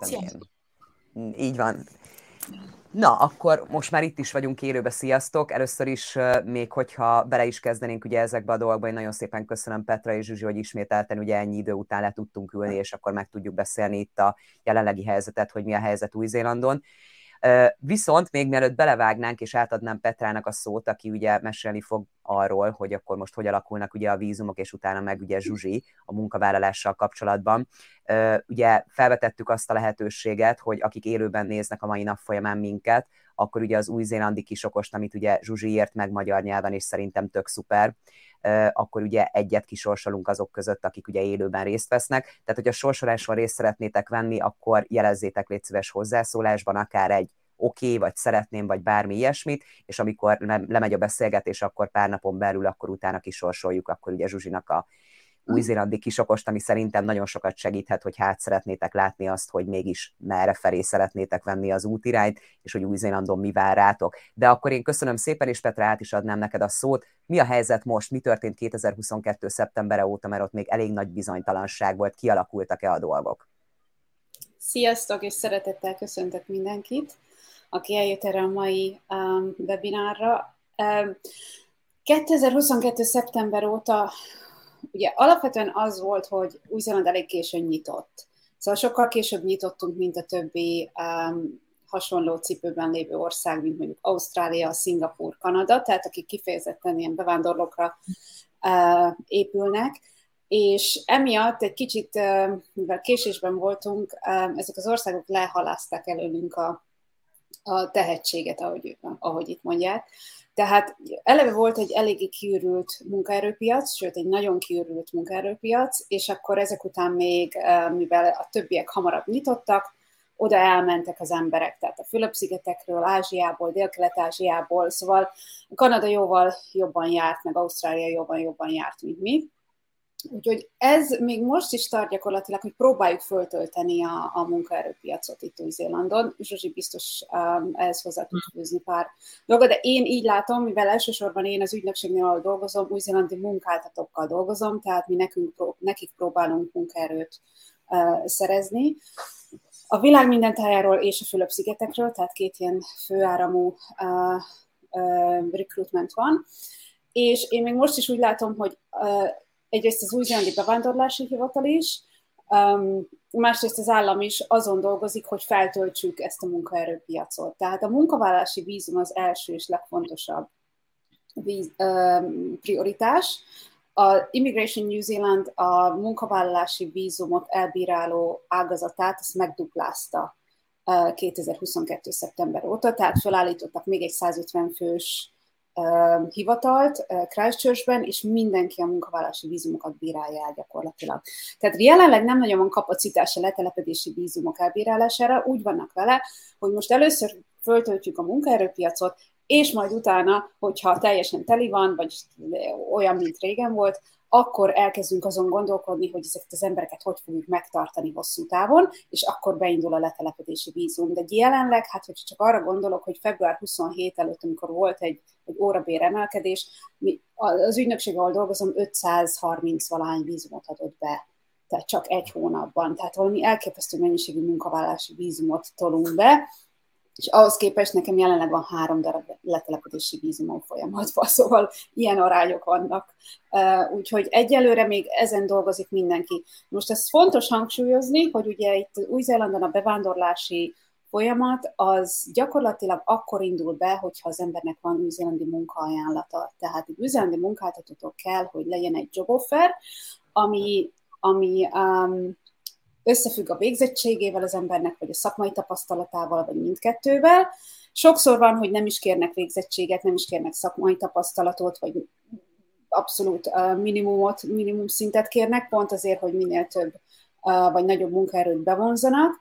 elkezdtem én. Így van. Na, akkor most már itt is vagyunk élőbe, sziasztok! Először is, még hogyha bele is kezdenénk ugye ezekbe a dolgokba, én nagyon szépen köszönöm Petra és Zsuzsi, hogy ismételten ugye ennyi idő után le tudtunk ülni, és akkor meg tudjuk beszélni itt a jelenlegi helyzetet, hogy mi a helyzet Új-Zélandon. Viszont még mielőtt belevágnánk, és átadnám Petrának a szót, aki ugye mesélni fog arról, hogy akkor most hogy alakulnak ugye a vízumok, és utána meg ugye Zsuzsi a munkavállalással kapcsolatban. Ugye felvetettük azt a lehetőséget, hogy akik élőben néznek a mai nap folyamán minket, akkor ugye az új-zélandi kisokost, amit ugye Zsuzsi írt meg magyar nyelven, és szerintem tök szuper, akkor ugye egyet kisorsolunk azok között, akik ugye élőben részt vesznek. Tehát, hogy a sorsoláson részt szeretnétek venni, akkor jelezzétek légy szíves hozzászólásban, akár egy oké, vagy szeretném, vagy bármi ilyesmit, és amikor lemegy a beszélgetés, akkor pár napon belül, akkor utána kisorsoljuk, akkor ugye Zsuzsinak a új-zélandi kisokost, ami szerintem nagyon sokat segíthet, hogy hát szeretnétek látni azt, hogy mégis merre felé szeretnétek venni az útirányt, és hogy Új-Zélandon mi vár rátok. De akkor én köszönöm szépen, és Petra, át is adnám neked a szót. Mi a helyzet most? Mi történt 2022. szeptembere óta, mert ott még elég nagy bizonytalanság volt, kialakultak-e a dolgok? Sziasztok, és szeretettel köszöntök mindenkit, aki eljött erre a mai webinárra. 2022. szeptember óta ugye alapvetően az volt, hogy Új-Zéland elég későn nyitott. Szóval sokkal később nyitottunk, mint a többi hasonló cipőben lévő ország, mint mondjuk Ausztrália, Szingapúr, Kanada, tehát akik kifejezetten ilyen bevándorlókra épülnek. És emiatt egy kicsit, mivel késésben voltunk, ezek az országok lehalázták előlünk a tehetséget, ahogy itt mondják. Tehát eleve volt egy eléggé kiürült munkaerőpiac, sőt egy nagyon kiürült munkaerőpiac, és akkor ezek után még, mivel a többiek hamarabb nyitottak, oda elmentek az emberek, tehát a Fülöp-szigetekről, Ázsiából, Dél-Kelet-Ázsiából, szóval Kanada jóval jobban járt, meg Ausztrália jobban járt, mint mi. Úgyhogy ez még most is tart gyakorlatilag, hogy próbáljuk föltölteni a munkaerőpiacot itt Új-Zélandon. Zsuzsi biztos ehhez hozzá tud fűzni pár dolgot, de én így látom, mivel elsősorban én az ügynökségnél, ahol dolgozom, új-zélandi munkáltatókkal dolgozom, tehát mi nekik próbálunk munkaerőt szerezni. A világ minden tájáról és a Fülöp-szigetekről, tehát két ilyen főáramú recruitment van, és én még most is úgy látom, hogy egyrészt az új-zélandi bevándorlási hivatal is, másrészt az állam is azon dolgozik, hogy feltöltsük ezt a munkaerőpiacot. Tehát a munkavállalási vízum az első és legfontosabb prioritás. A Immigration New Zealand a munkavállalási vízumot elbíráló ágazatát azt megduplázta 2022. szeptember óta, tehát felállítottak még egy 150 fős hivatalt Christchurchben, és mindenki a munkavállalási vízumokat bírálja el gyakorlatilag. Tehát jelenleg nem nagyon van kapacitás a letelepedési vízumok elbírálására, úgy vannak vele, hogy most először föltöltjük a munkaerőpiacot, és majd utána, hogyha teljesen teli van, vagy olyan, mint régen volt, akkor elkezdünk azon gondolkodni, hogy ezeket az embereket hogy fogjuk megtartani hosszú távon, és akkor beindul a letelepedési vízum. De jelenleg, hát hogy csak arra gondolok, hogy február 27 előtt, amikor volt egy órabér emelkedés, az ügynökség, ahol dolgozom, 530 valány vízumot adott be, tehát csak egy hónapban. Tehát valami elképesztő mennyiségű munkavállalási vízumot tolunk be, és ahhoz képest nekem jelenleg van 3 darab letelepedési vízumon folyamatban, szóval ilyen arányok vannak. Úgyhogy egyelőre még ezen dolgozik mindenki. Most ez fontos hangsúlyozni, hogy ugye itt Új-Zélandon a bevándorlási folyamat az gyakorlatilag akkor indul be, hogyha az embernek van új-zélandi munkaajánlata. Tehát egy új-zélandi munkáltatótól kell, hogy legyen egy job offer, ami összefügg a végzettségével az embernek, vagy a szakmai tapasztalatával, vagy mindkettővel. Sokszor van, hogy nem is kérnek végzettséget, nem is kérnek szakmai tapasztalatot, vagy abszolút minimum szintet kérnek, pont azért, hogy minél több vagy nagyobb munkaerőt bevonzanak,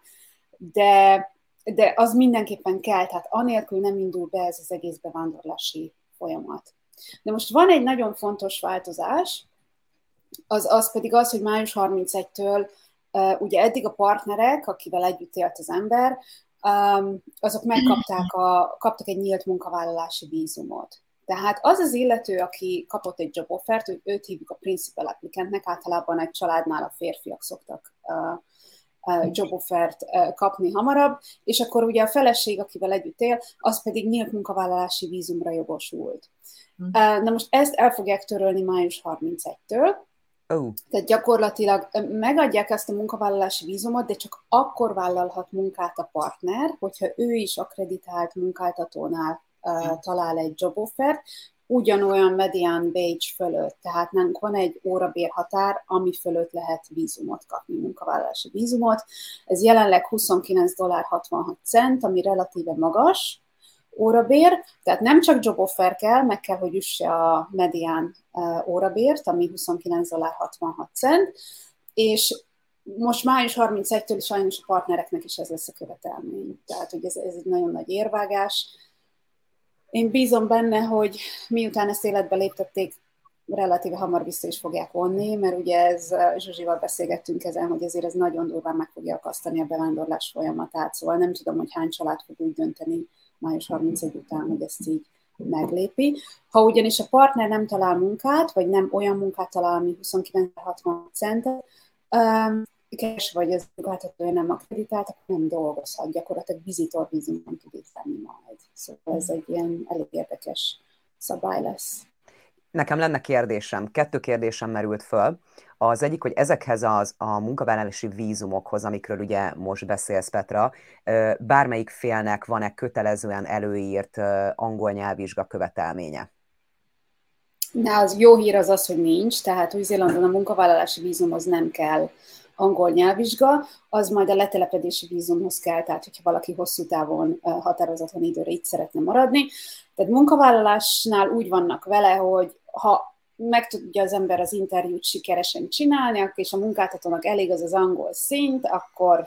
de az mindenképpen kell, tehát anélkül nem indul be ez az egész bevándorlási folyamat. De most van egy nagyon fontos változás, az pedig az, hogy május 31-től ugye eddig a partnerek, akivel együtt élt az ember, azok kaptak egy nyílt munkavállalási vízumot. Tehát az az illető, aki kapott egy job offert, őt hívjuk a principal applicantnek, általában egy családnál a férfiak szoktak job offert kapni hamarabb, és akkor ugye a feleség, akivel együtt él, az pedig nyílt munkavállalási vízumra jogosult. Na most ezt el fogják törölni május 31-től, tehát gyakorlatilag megadják ezt a munkavállalási vízumot, de csak akkor vállalhat munkát a partner, hogyha ő is akkreditált munkáltatónál talál egy job offert, ugyanolyan median wage fölött, tehát nem van egy órabérhatár, ami fölött lehet vízumot kapni, munkavállalási vízumot. Ez jelenleg $29.66, ami relatíve magas órabér, tehát nem csak job offer kell, meg kell, hogy üsse a medián órabért, ami $29.66, és most május 31-től sajnos a partnereknek is ez lesz a követelmény. Tehát, hogy ez egy nagyon nagy érvágás. Én bízom benne, hogy miután ezt életbe léptették, relatíve hamar vissza is fogják vonni, mert ugye ez, Zsuzsival beszélgettünk ezen, hogy ezért ez nagyon durván meg fogja akasztani a bevándorlás folyamatát, szóval nem tudom, hogy hány család fog úgy dönteni május 31 után, hogy ezt így meglépi. Ha ugyanis a partner nem talál munkát, vagy nem olyan munkát talál, ami 29,60 centet, vagy az munkáltatója nem akkreditált, akkor nem dolgozhat, gyakorlatilag visitor vízumon tud itt lenni majd. Szóval ez egy ilyen elég érdekes szabály lesz. Nekem lenne kérdésem, 2 kérdésem merült föl. Az egyik, hogy ezekhez a munkavállalási vízumokhoz, amikről ugye most beszélsz, Petra, bármelyik félnek van-e kötelezően előírt angol nyelvvizsga követelménye? Na, az jó hír az, hogy nincs, tehát Új-Zélandon a munkavállalási vízumhoz nem kell angol nyelvvizsga, az majd a letelepedési vízumhoz kell, tehát hogyha valaki hosszú távon határozatlan időre itt szeretne maradni. Tehát munkavállalásnál úgy vannak vele, hogy ha meg tudja az ember az interjút sikeresen csinálni, és a munkáltatónak elég az angol szint, akkor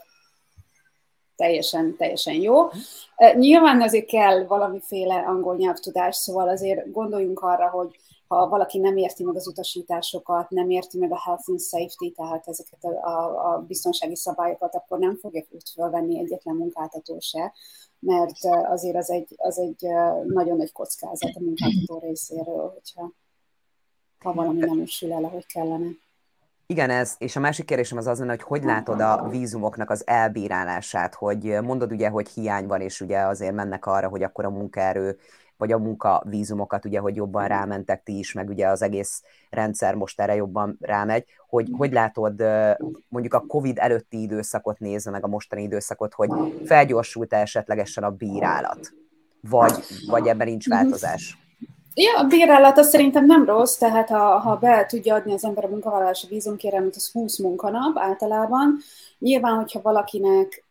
teljesen jó. Nyilván azért kell valamiféle angol nyelvtudás, szóval azért gondoljunk arra, hogy ha valaki nem érti meg az utasításokat, nem érti meg a health and safety, tehát ezeket a biztonsági szabályokat, akkor nem fogja őt fölvenni egyetlen munkáltató se, mert azért az egy nagyon nagy kockázat a munkáltató részéről, hogyha valami nem úgy sül el, ahogy kellene. Igen, és a másik kérdésem az lenne, hogy látod a vízumoknak az elbírálását, hogy mondod ugye, hogy hiány van, és ugye azért mennek arra, hogy akkor a munkaerő, vagy a munkavízumokat ugye, hogy jobban rámentek ti is, meg ugye az egész rendszer most erre jobban rámegy, hogy látod mondjuk a Covid előtti időszakot nézve, meg a mostani időszakot, hogy felgyorsult-e esetlegesen a bírálat? Vagy ebben nincs változás? Ja, a bírálat az szerintem nem rossz, tehát ha be tudja adni az ember a munkavállalási vízumkérelmet, az 20 munkanap általában. Nyilván, hogyha valakinek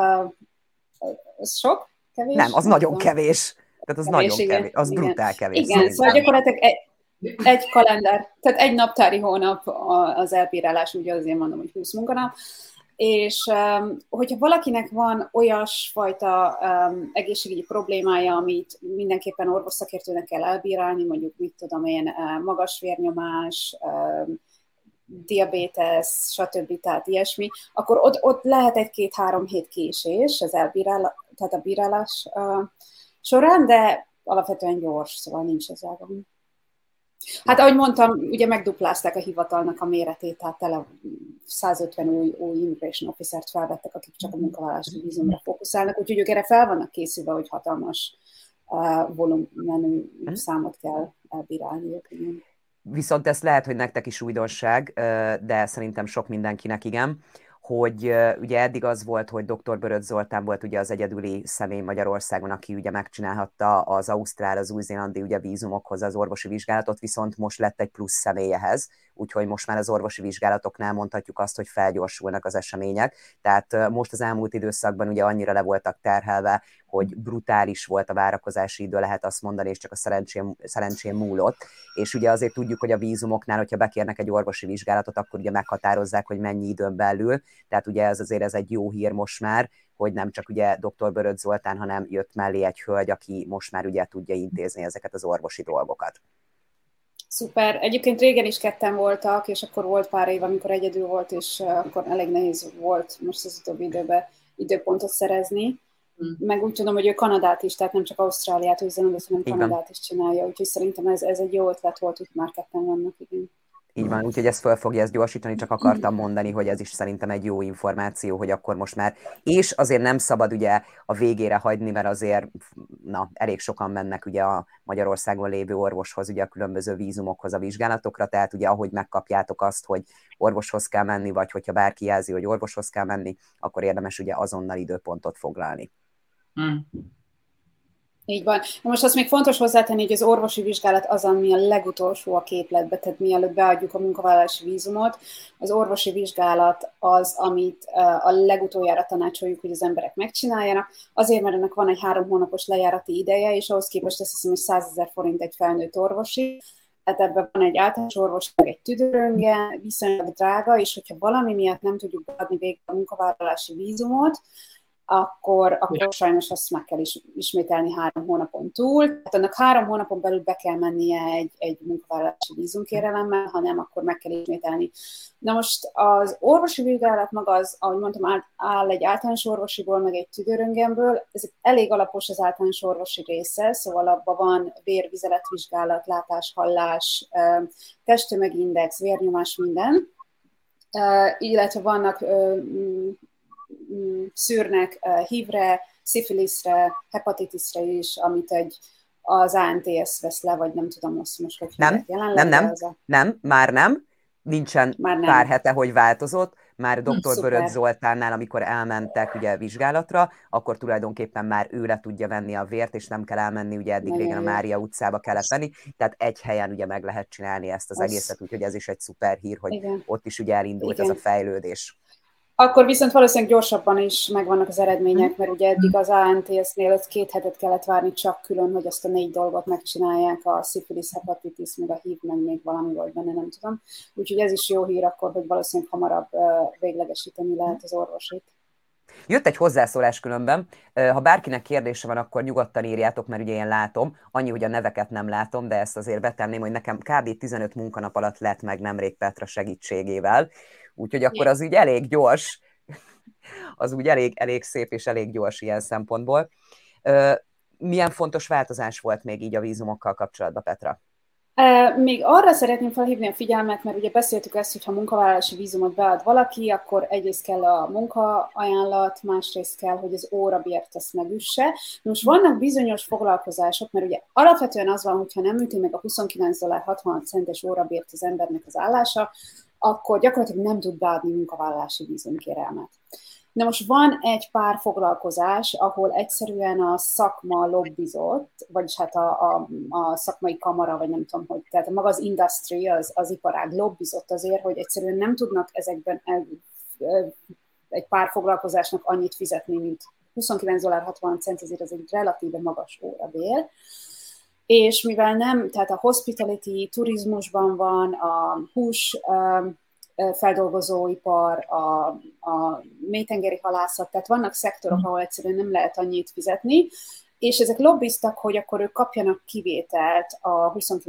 az sok? Kevés? Nem, az nagyon kevés. Tehát az kevés, nagyon kevés, az igen. Brutál kevés. Igen, szóval gyakorlatilag egy kalendár, tehát egy naptári hónap az elbírálás, ugye azért mondom, hogy 20 munkanap, és hogyha valakinek van olyasfajta egészségügyi problémája, amit mindenképpen orvosszakértőnek kell elbírálni, mondjuk mit tudom én, magas vérnyomás, diabétesz, stb., tehát ilyesmi, akkor ott lehet 1-2-3 hét késés tehát a bírálás során, de alapvetően gyors, szóval nincs ez gond. Hát ahogy mondtam, ugye megduplázták a hivatalnak a méretét, tehát tele 150 új immigration officert felvettek, akik csak a munkavállalási vízumra fókuszálnak, úgyhogy ők erre fel vannak készülve, hogy hatalmas volumenű számot kell elbírálni. Viszont ez lehet, hogy nektek is újdonság, de szerintem sok mindenkinek igen, hogy ugye eddig az volt, hogy dr. Böröd Zoltán volt ugye az egyedüli személy Magyarországon, aki ugye megcsinálhatta az ausztrál, az új-zélandi ugye vízumokhoz az orvosi vizsgálatot, viszont most lett egy plusz személyehez, úgyhogy most már az orvosi vizsgálatoknál mondhatjuk azt, hogy felgyorsulnak az események. Tehát most az elmúlt időszakban ugye annyira le voltak terhelve, hogy brutális volt a várakozási idő, lehet azt mondani, és csak a szerencsém múlott. És ugye azért tudjuk, hogy a vízumoknál, hogyha bekérnek egy orvosi vizsgálatot, akkor ugye meghatározzák, hogy mennyi időn belül. Tehát ugye ez egy jó hír most már, hogy nem csak ugye dr. Böröd Zoltán, hanem jött mellé egy hölgy, aki most már ugye tudja intézni ezeket az orvosi dolgokat. Szuper. Egyébként régen is ketten voltak, és akkor volt pár év, amikor egyedül volt, és akkor elég nehéz volt most az utóbbi időben időpontot szerezni. Meg úgy tudom, hogy ő Kanadát is, tehát nem csak Ausztráliát, hanem Kanadát is csinálja, úgyhogy szerintem ez egy jó ötlet volt, hogy már ketten vannak, igen. Így van, úgyhogy ez föl fogja ezt gyorsítani, csak akartam mondani, hogy ez is szerintem egy jó információ, hogy akkor most már, és azért nem szabad ugye a végére hagyni, mert azért, elég sokan mennek ugye a Magyarországon lévő orvoshoz, ugye a különböző vízumokhoz, a vizsgálatokra, tehát ugye ahogy megkapjátok azt, hogy orvoshoz kell menni, vagy hogyha bárki jelzi, hogy orvoshoz kell menni, akkor érdemes ugye azonnal időpontot foglalni. Így van. Most azt még fontos hozzátenni, hogy az orvosi vizsgálat az, ami a legutolsó a képletbe, tehát mielőtt beadjuk a munkavállalási vízumot, az orvosi vizsgálat az, amit a legutoljára tanácsoljuk, hogy az emberek megcsináljanak, azért, mert ennek van egy 3 hónapos lejárati ideje, és ahhoz képest azt hiszem, hogy 100 000 forint egy felnőtt orvosi, tehát ebben van egy általános orvos, meg egy tüdőröntgen, viszonylag drága, és hogyha valami miatt nem tudjuk beadni végre a munkavállalási vízumot, akkor sajnos azt meg kell ismételni 3 hónapon túl. Tehát annak 3 hónapon belül be kell mennie egy munkavállalási vízumkérelemmel, ha nem, akkor meg kell ismételni. Na most az orvosi vizsgálat maga az, ahogy mondtam, áll egy általános orvosiból, meg egy tüdőröntgenből. Ez elég alapos az általános orvosi része, szóval abban van vér-vizeletvizsgálat, látás, hallás, testtömegindex, vérnyomás, minden. Illetve vannak szűrnek HIV-re, szifiliszre, hepatitiszre is, amit az ANTS vesz le, vagy nem tudom azt most, hogy nem, már nem. Nincsen már nem. Pár hete, hogy változott. Már dr. Böröd Zoltánnál, amikor elmentek ugye vizsgálatra, akkor tulajdonképpen már ő le tudja venni a vért, és nem kell elmenni, ugye eddig régen a Mária utcába kellett venni, tehát egy helyen ugye meg lehet csinálni ezt az egészet, úgyhogy ez is egy szuper hír, hogy igen. Ott is ugye elindult ez a fejlődés. Akkor viszont valószínűleg gyorsabban is megvannak az eredmények, mert ugye eddig az ANTS-nél 2 hetet kellett várni csak külön, hogy azt a 4 dolgot megcsinálják, a szifilisz, hepatitis, meg a HIV, meg még valami volt benne, nem tudom. Úgyhogy ez is jó hír akkor, hogy valószínűleg hamarabb véglegesíteni lehet az orvosit. Jött egy hozzászólás különben, ha bárkinek kérdése van, akkor nyugodtan írjátok, mert ugye én látom, annyi, hogy a neveket nem látom, de ezt azért betenném, hogy nekem kb. 15 munkanap alatt lett meg nemrég Petra segítségével, úgyhogy akkor az úgy elég gyors, az úgy elég szép és elég gyors ilyen szempontból. Milyen fontos változás volt még így a vízumokkal kapcsolatban, Petra? Még arra szeretném felhívni a figyelmet, mert ugye beszéltük ezt, hogy ha munkavállalási vízumot bead valaki, akkor egyrészt kell a munkaajánlat, másrészt kell, hogy az órabért azt megüsse. Most vannak bizonyos foglalkozások, mert ugye alapvetően az van, hogyha nem üti meg a $29.66 órabért az embernek az állása, akkor gyakorlatilag nem tud beadni munkavállalási vízumkérelmet. Na most van egy pár foglalkozás, ahol egyszerűen a szakma lobbizott, vagyis hát a szakmai kamara, vagy nem tudom, hogy, tehát maga az industry, az iparág lobbizott azért, hogy egyszerűen nem tudnak ezekben egy pár foglalkozásnak annyit fizetni, mint $29.60, azért az egy relatíve magas órabér. És mivel nem, tehát a hospitality, turizmusban van, a hús feldolgozóipar, a mélytengeri halászat, tehát vannak szektorok, ahol egyszerűen nem lehet annyit fizetni, és ezek lobbiztak, hogy akkor ők kapjanak kivételt a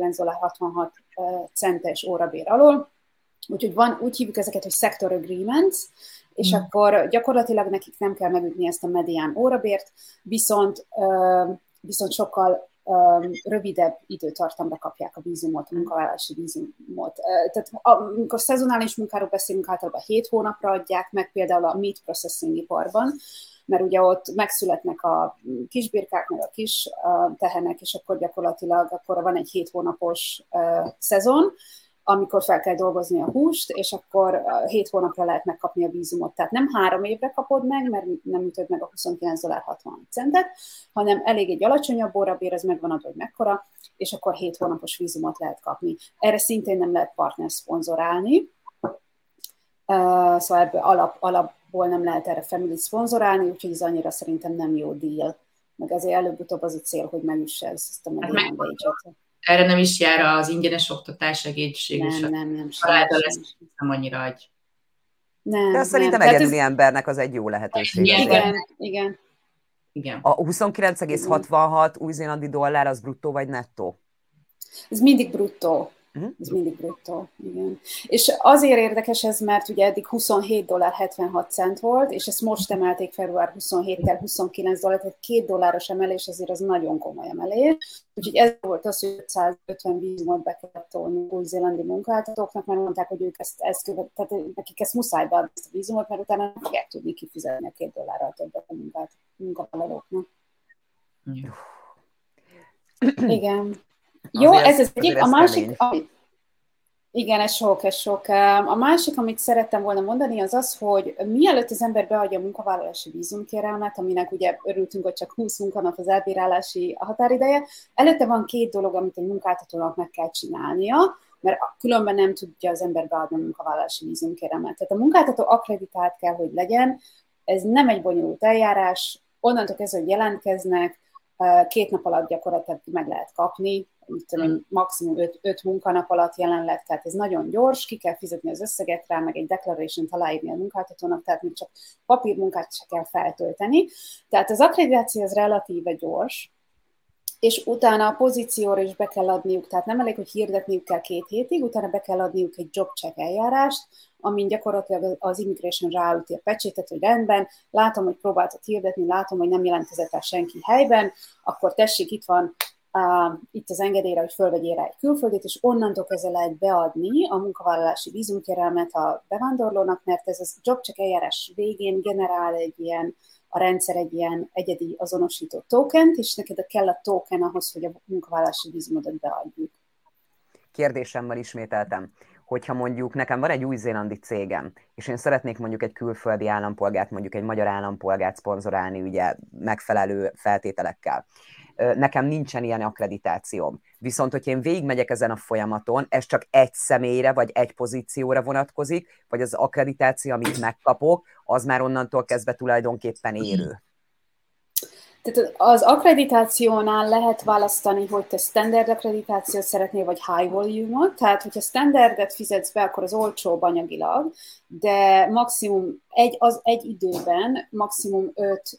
$29.66 órabér alól, úgyhogy úgy hívjuk ezeket, hogy sector agreements, és akkor gyakorlatilag nekik nem kell megütni ezt a medián órabért, viszont sokkal rövidebb időtartamra kapják a vízumot, a munkavállalási vízumot. Tehát amikor szezonális munkáról beszélünk, általában 7 hónapra adják meg, például a meat processing iparban, mert ugye ott megszületnek a kisbirkák, meg a kis tehenek, és akkor gyakorlatilag akkor van egy 7 hónapos szezon, amikor fel kell dolgozni a húst, és akkor 7 hónapra lehet megkapni a vízumot. Tehát nem 3 évre kapod meg, mert nem ütöd meg a $29.60, hanem elég egy alacsonyabb órabér, ez megvan adva, hogy mekkora, és akkor 7 hónapos vízumot lehet kapni. Erre szintén nem lehet partner szponzorálni, szóval ebből alapból nem lehet erre family szponzorálni, úgyhogy ez annyira szerintem nem jó deal. Meg azért előbb-utóbb az a cél, hogy megüsse ezt a median wage-et. Erre nem is jár az ingyenes oktatás, egészségügy. Nem. Nem annyira agy. De szerintem egyedüli embernek az egy jó lehetőség. Igen. A 29,66 új-zélandi dollár az bruttó vagy nettó? Ez mindig bruttó. Ez mindig bruttó, igen. És azért érdekes ez, mert ugye eddig $27.76 volt, és ezt most emelték február 27-tel $29, tehát $2 emelés, azért az nagyon komoly emelés. Úgyhogy ez volt az, hogy 550 vízumot be kellett tolni új-zélandi munkáltatóknak, mert mondták, hogy ők tehát nekik ezt muszáj beadni ezt a vízumot, mert utána nem fogják tudni kifizetni a $2 többet a munkavállalóknak. Igen. Jó, ez az egyik. A másik, igen, ez sok. A másik, amit szerettem volna mondani, az az, hogy mielőtt az ember beadja a munkavállalási vízumkérelmet, aminek ugye örültünk, hogy csak 20 munkanap az elbírálási határideje, előtte van 2 dolog, amit egy munkáltatónak meg kell csinálnia, mert különben nem tudja az ember beadni a munkavállalási vízumkérelmet. Tehát a munkáltató akkreditált kell, hogy legyen, ez nem egy bonyolult eljárás, onnantól kezdve, hogy jelentkeznek, 2 nap alatt gyakorlatilag meg lehet kapni, maximum 5 munkanap alatt jelenleg, tehát ez nagyon gyors, ki kell fizetni az összeget rá, meg egy declaration-t aláírni a munkáltatónak, tehát még csak papírmunkát se kell feltölteni. Tehát az akkreditáció az relatíve gyors, és utána a pozícióra is be kell adniuk, tehát nem elég, hogy hirdetniük kell 2 hétig, utána be kell adniuk egy job check eljárást, amin gyakorlatilag az immigration ráüti a pecsétet, hogy rendben, látom, hogy próbáltad hirdetni, látom, hogy nem jelentkezett el senki helyben, akkor tessék, itt van itt az engedélyre, hogy fölvegyél rá egy külföldit, és onnantól kezdve lehet beadni a munkavállalási vízumkérelmet a bevándorlónak, mert ez a job check eljárás végén generál a rendszer egy ilyen egyedi azonosító tokent, és neked kell a token ahhoz, hogy a munkavállalási vízumodat beadjuk. Kérdésemmel ismételtem, hogyha mondjuk nekem van egy új-zélandi cégem, és én szeretnék mondjuk egy külföldi állampolgárt, mondjuk egy magyar állampolgárt szponzorálni ugye megfelelő feltételekkel. Nekem nincsen ilyen akkreditációm. Viszont, hogy én végigmegyek ezen a folyamaton, ez csak egy személyre, vagy egy pozícióra vonatkozik, vagy az akkreditáció, amit megkapok, az már onnantól kezdve tulajdonképpen élő. Tehát az akkreditációnál lehet választani, hogy te standard akkreditációt szeretnél, vagy high volume-ot. Tehát, hogyha standardet fizetsz be, akkor az olcsóbb anyagilag, de maximum egy időben maximum 5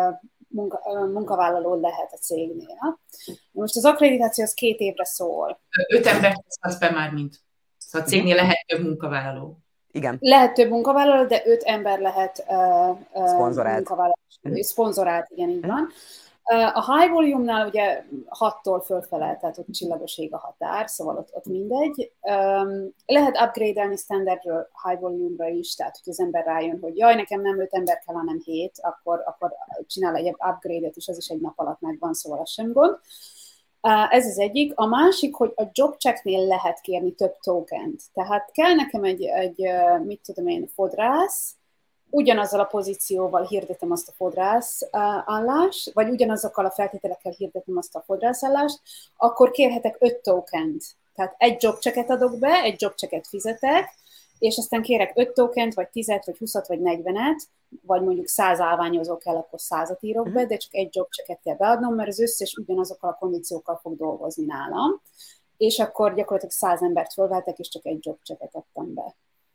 munkavállaló lehet a cégnél. Most az akkreditáció az 2 évre szól. 5 embert hozhatsz be már, mint. Szóval a cégnél lehet több munkavállaló. Igen. Lehet több munkavállaló, de 5 ember lehet munkavállaló. Szponzorált, igen, így van. A high volume-nál ugye 6-tól fölfele, tehát ott csillagos ég a határ, szóval ott mindegy. Lehet upgrade-elni standardről high volume-ra is, tehát hogy az ember rájön, hogy jaj, nekem nem 5 ember kell, hanem 7, akkor csinál egy upgrade-et, és az is egy nap alatt megvan, szóval az sem gond. Ez az egyik. A másik, hogy a job checknél lehet kérni több tokent. Tehát kell nekem egy fodrász, ugyanazzal a pozícióval hirdetem azt a fodrász állást, vagy ugyanazokkal a feltételekkel hirdetem azt a fodrász állást, akkor kérhetek 5 tokent. Tehát egy job checket adok be, egy job checket fizetek, és aztán kérek 5 tokent, vagy 10-et, vagy 20-at, vagy 40-et, vagy mondjuk 100 állványozó kell, akkor 100-at írok be, de csak egy job checket kell beadnom, mert az összes ugyanazokkal a kondíciókkal fog dolgozni nálam. És akkor gyakorlatilag 100 embert fölvettek, és csak egy job checket adtam be.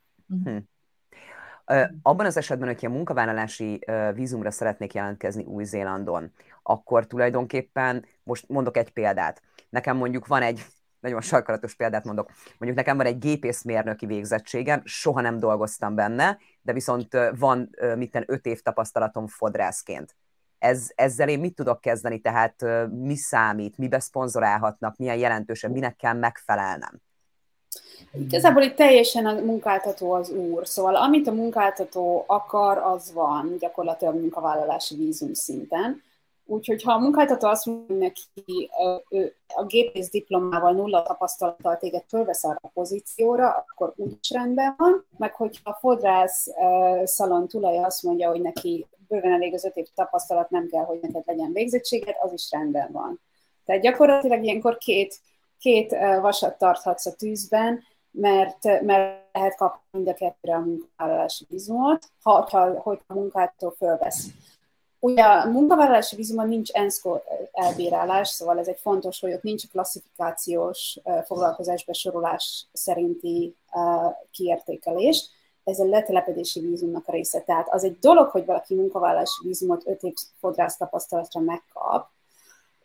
Abban az esetben, hogyha munkavállalási vízumra szeretnék jelentkezni Új-Zélandon, akkor tulajdonképpen, most mondok egy példát, nekem mondjuk van egy, nagyon sarkalatos példát mondok, mondjuk nekem van egy gépészmérnöki végzettségem, soha nem dolgoztam benne, de viszont van 5 év tapasztalatom fodrászként. Ezzel én mit tudok kezdeni, tehát mi számít, mibe szponzorálhatnak, milyen jelentősen, minek kell megfelelnem? Igazából itt teljesen a munkáltató az úr, szóval amit a munkáltató akar, az van gyakorlatilag munkavállalási vízum szinten. Úgyhogy ha a munkáltató azt mondja neki, a gépész diplomával 0 tapasztalattal téged fölvesz arra a pozícióra, akkor úgy rendben van, meg hogyha a fodrász szalon tulaja azt mondja, hogy neki bőven elég az 5 év tapasztalat, nem kell, hogy neked legyen végzettséged, az is rendben van. Tehát gyakorlatilag ilyenkor két vasat tarthatsz a tűzben, mert lehet kapni mind a kettőre a munkavállalási vízumot, hogyha a munkáltató fölvesz. Ugye a munkavállalási vízumon nincs ENSZKO elbírálás, szóval ez egy fontos, hogy ott nincs klasszifikációs foglalkozásba sorolás szerinti kiértékelés. Ez a letelepedési vízumnak a része. Tehát az egy dolog, hogy valaki munkavállalási vízumot 5 év fodrász tapasztalatra megkap,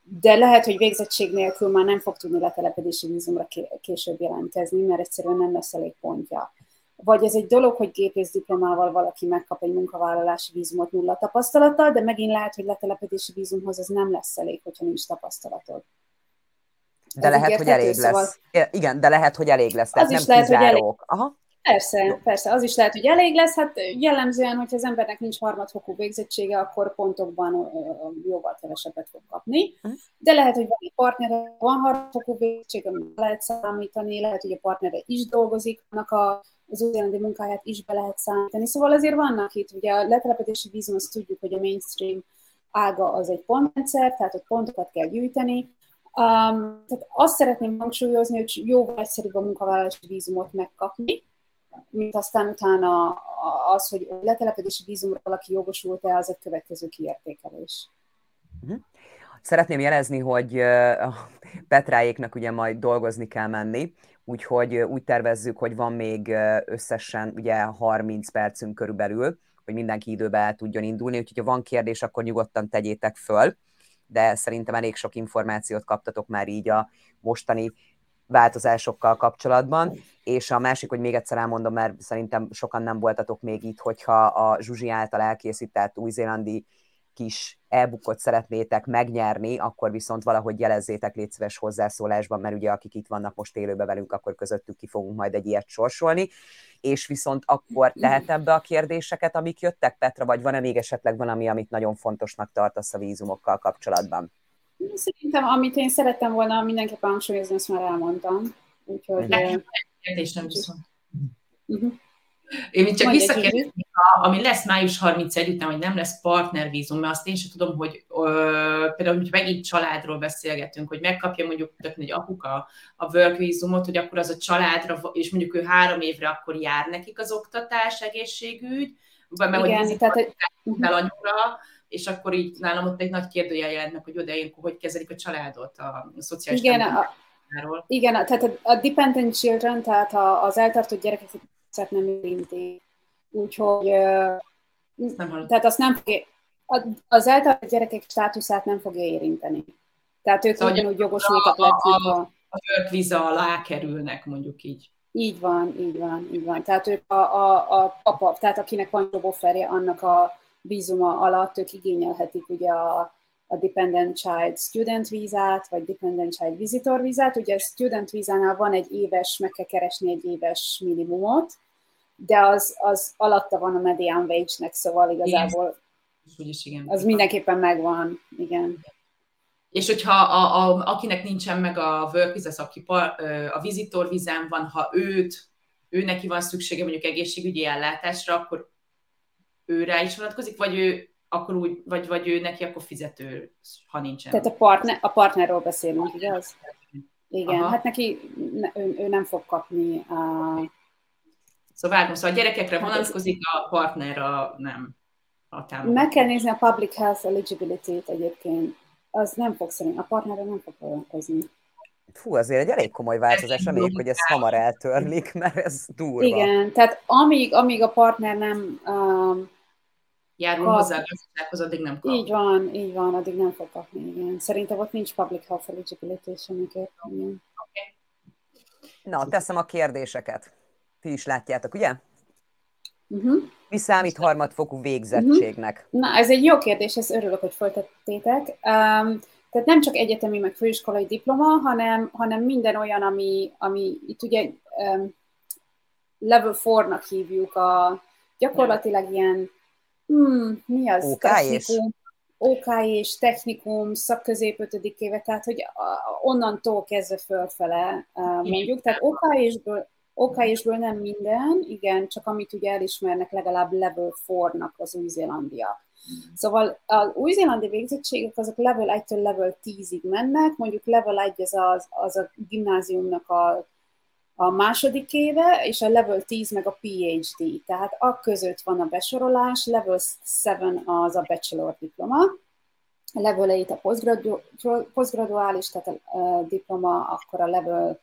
de lehet, hogy végzettség nélkül már nem fog tudni letelepedési vízumra később jelentkezni, mert egyszerűen nem lesz elég pontja. Vagy ez egy dolog, hogy gépészdiplomával valaki megkap egy munkavállalási vízumot nulla tapasztalattal, de megint lehet, hogy letelepedési vízumhoz az nem lesz elég, hogyha nincs tapasztalatod. De lehet, hogy elég lesz. Igen, de lehet, hogy elég lesz. Tehát az nem is lehet, hogy elég. Aha. Persze, az is lehet, hogy elég lesz. Hát jellemzően, hogyha az embernek nincs harmadfokú végzettsége, akkor pontokban jóval kevesebbet fog kapni. De lehet, hogy van egy partnere, van harmadfokú végzettsége, lehet számítani, lehet, hogy a partnere is dolgozik, annak az új-zélandi munkáját is be lehet számítani. Szóval azért vannak itt, ugye a letelepedési vízum, azt tudjuk, hogy a mainstream ága az egy pontrendszer, tehát ott pontokat kell gyűjteni. Tehát azt szeretném hangsúlyozni, hogy jóval egyszerűbb a munkavállalási vízumot megkapni, mint aztán utána az, hogy letelepedési vízumra valaki jogosult-e, az egy következő kiértékelés. Szeretném jelezni, hogy a Petráéknak ugye majd dolgozni kell menni, úgyhogy úgy tervezzük, hogy van még összesen ugye 30 percünk körülbelül, hogy mindenki időbe el tudjon indulni, úgyhogy ha van kérdés, akkor nyugodtan tegyétek föl, de szerintem elég sok információt kaptatok már így a mostani változásokkal kapcsolatban, és a másik, hogy még egyszer elmondom, mert szerintem sokan nem voltatok még itt, hogyha a Zsuzsi által elkészített új-zélandi kis e-bookot szeretnétek megnyerni, akkor viszont valahogy jelezzétek, légy szíves hozzászólásban, mert ugye akik itt vannak most élőben velünk, akkor közöttük ki fogunk majd egy ilyet sorsolni, és viszont akkor tehetem be a kérdéseket, amik jöttek, Petra, vagy van-e még esetleg valami, amit nagyon fontosnak tartasz a vízumokkal kapcsolatban? Szerintem, amit én szerettem volna mindenképpen hangsúlyozni, azt már elmondtam. Úgyhogy... Kérdés nem viszont. Én még csak visszakérdezem, ami lesz május 31 után, hogy nem lesz partnervízum, mert azt én sem tudom, hogy például, hogy megint családról beszélgetünk, hogy megkapja mondjuk egy apuka a work vízumot, hogy akkor az a családra, és mondjuk ő 3 évre akkor jár nekik az oktatás, egészségügy, mert hogy el anyura, és akkor így nálam ott egy nagy kérdőjel jelent meg, hogy oda ilyenkor hogy kezelik a családot, a szociális támogatásáról. Igen, tehát a dependent children, tehát az eltartott gyerekeket nem érinti. Úgyhogy tehát azt nem fogja, az eltartott gyerekek státuszát nem fogja érinteni. Tehát ők szóval ugyanúgy jogosultak lettek a work visa alá kerülnek, mondjuk így. Így van. Tehát ők a papa, tehát akinek van jobb offerje, annak a vízuma alatt ők igényelhetik ugye a Dependent Child Student vízát, vagy Dependent Child Visitor vízát. Ugye a Student vízánál van egy éves, meg kell keresni egy éves minimumot, de az alatta van a median wage-nek, szóval igazából igen. Az mindenképpen megvan, igen. És hogyha akinek nincsen meg a work visa, aki a visitor vizán van, ha ő neki van szüksége mondjuk egészségügyi ellátásra, akkor ő rá is vonatkozik, vagy ő akkor úgy, vagy ő neki akkor fizető, ha nincsen. Tehát a partnerről beszélünk, igaz? Igen, hát neki ő nem fog kapni Szóval a gyerekekre vonatkozik, a partnerra nem. Meg kell nézni a public health eligibility-t egyébként. Az nem fog szerint, a partnerre nem fog vonatkozni. Fú, azért egy elég komoly változás, reméljük, hogy ez hamar eltörlik, mert ez durva. Igen, tehát amíg a partner nem járul hozzá a gazdasághoz, addig nem kap. Így van, addig nem fog kapni, igen. Szerintem ott nincs public health eligibility semmiképp. Okay. Na, teszem a kérdéseket. Ti is látjátok, ugye? Mi számít harmadfokú végzettségnek? Na, ez egy jó kérdés, ezt örülök, hogy folytattétek. Tehát nem csak egyetemi, meg főiskolai diploma, hanem minden olyan, ami itt ugye level 4-nak hívjuk, gyakorlatilag ilyen, mi az? OK és technikum, szakközép 5. éve, tehát hogy onnantól kezdve fölfele mondjuk. Tehát OK és-ből nem minden, igen, csak amit ugye elismernek legalább level 4-nak az új-zélandiak. Szóval az új-zélandi végzettségek azok level 1-től level 10-ig mennek, mondjuk level 1 az a gimnáziumnak a második éve, és a level 10 meg a PhD, tehát a között van a besorolás, level 7 az a bachelor diploma, level 8 a posztgraduális, tehát a diploma, akkor a level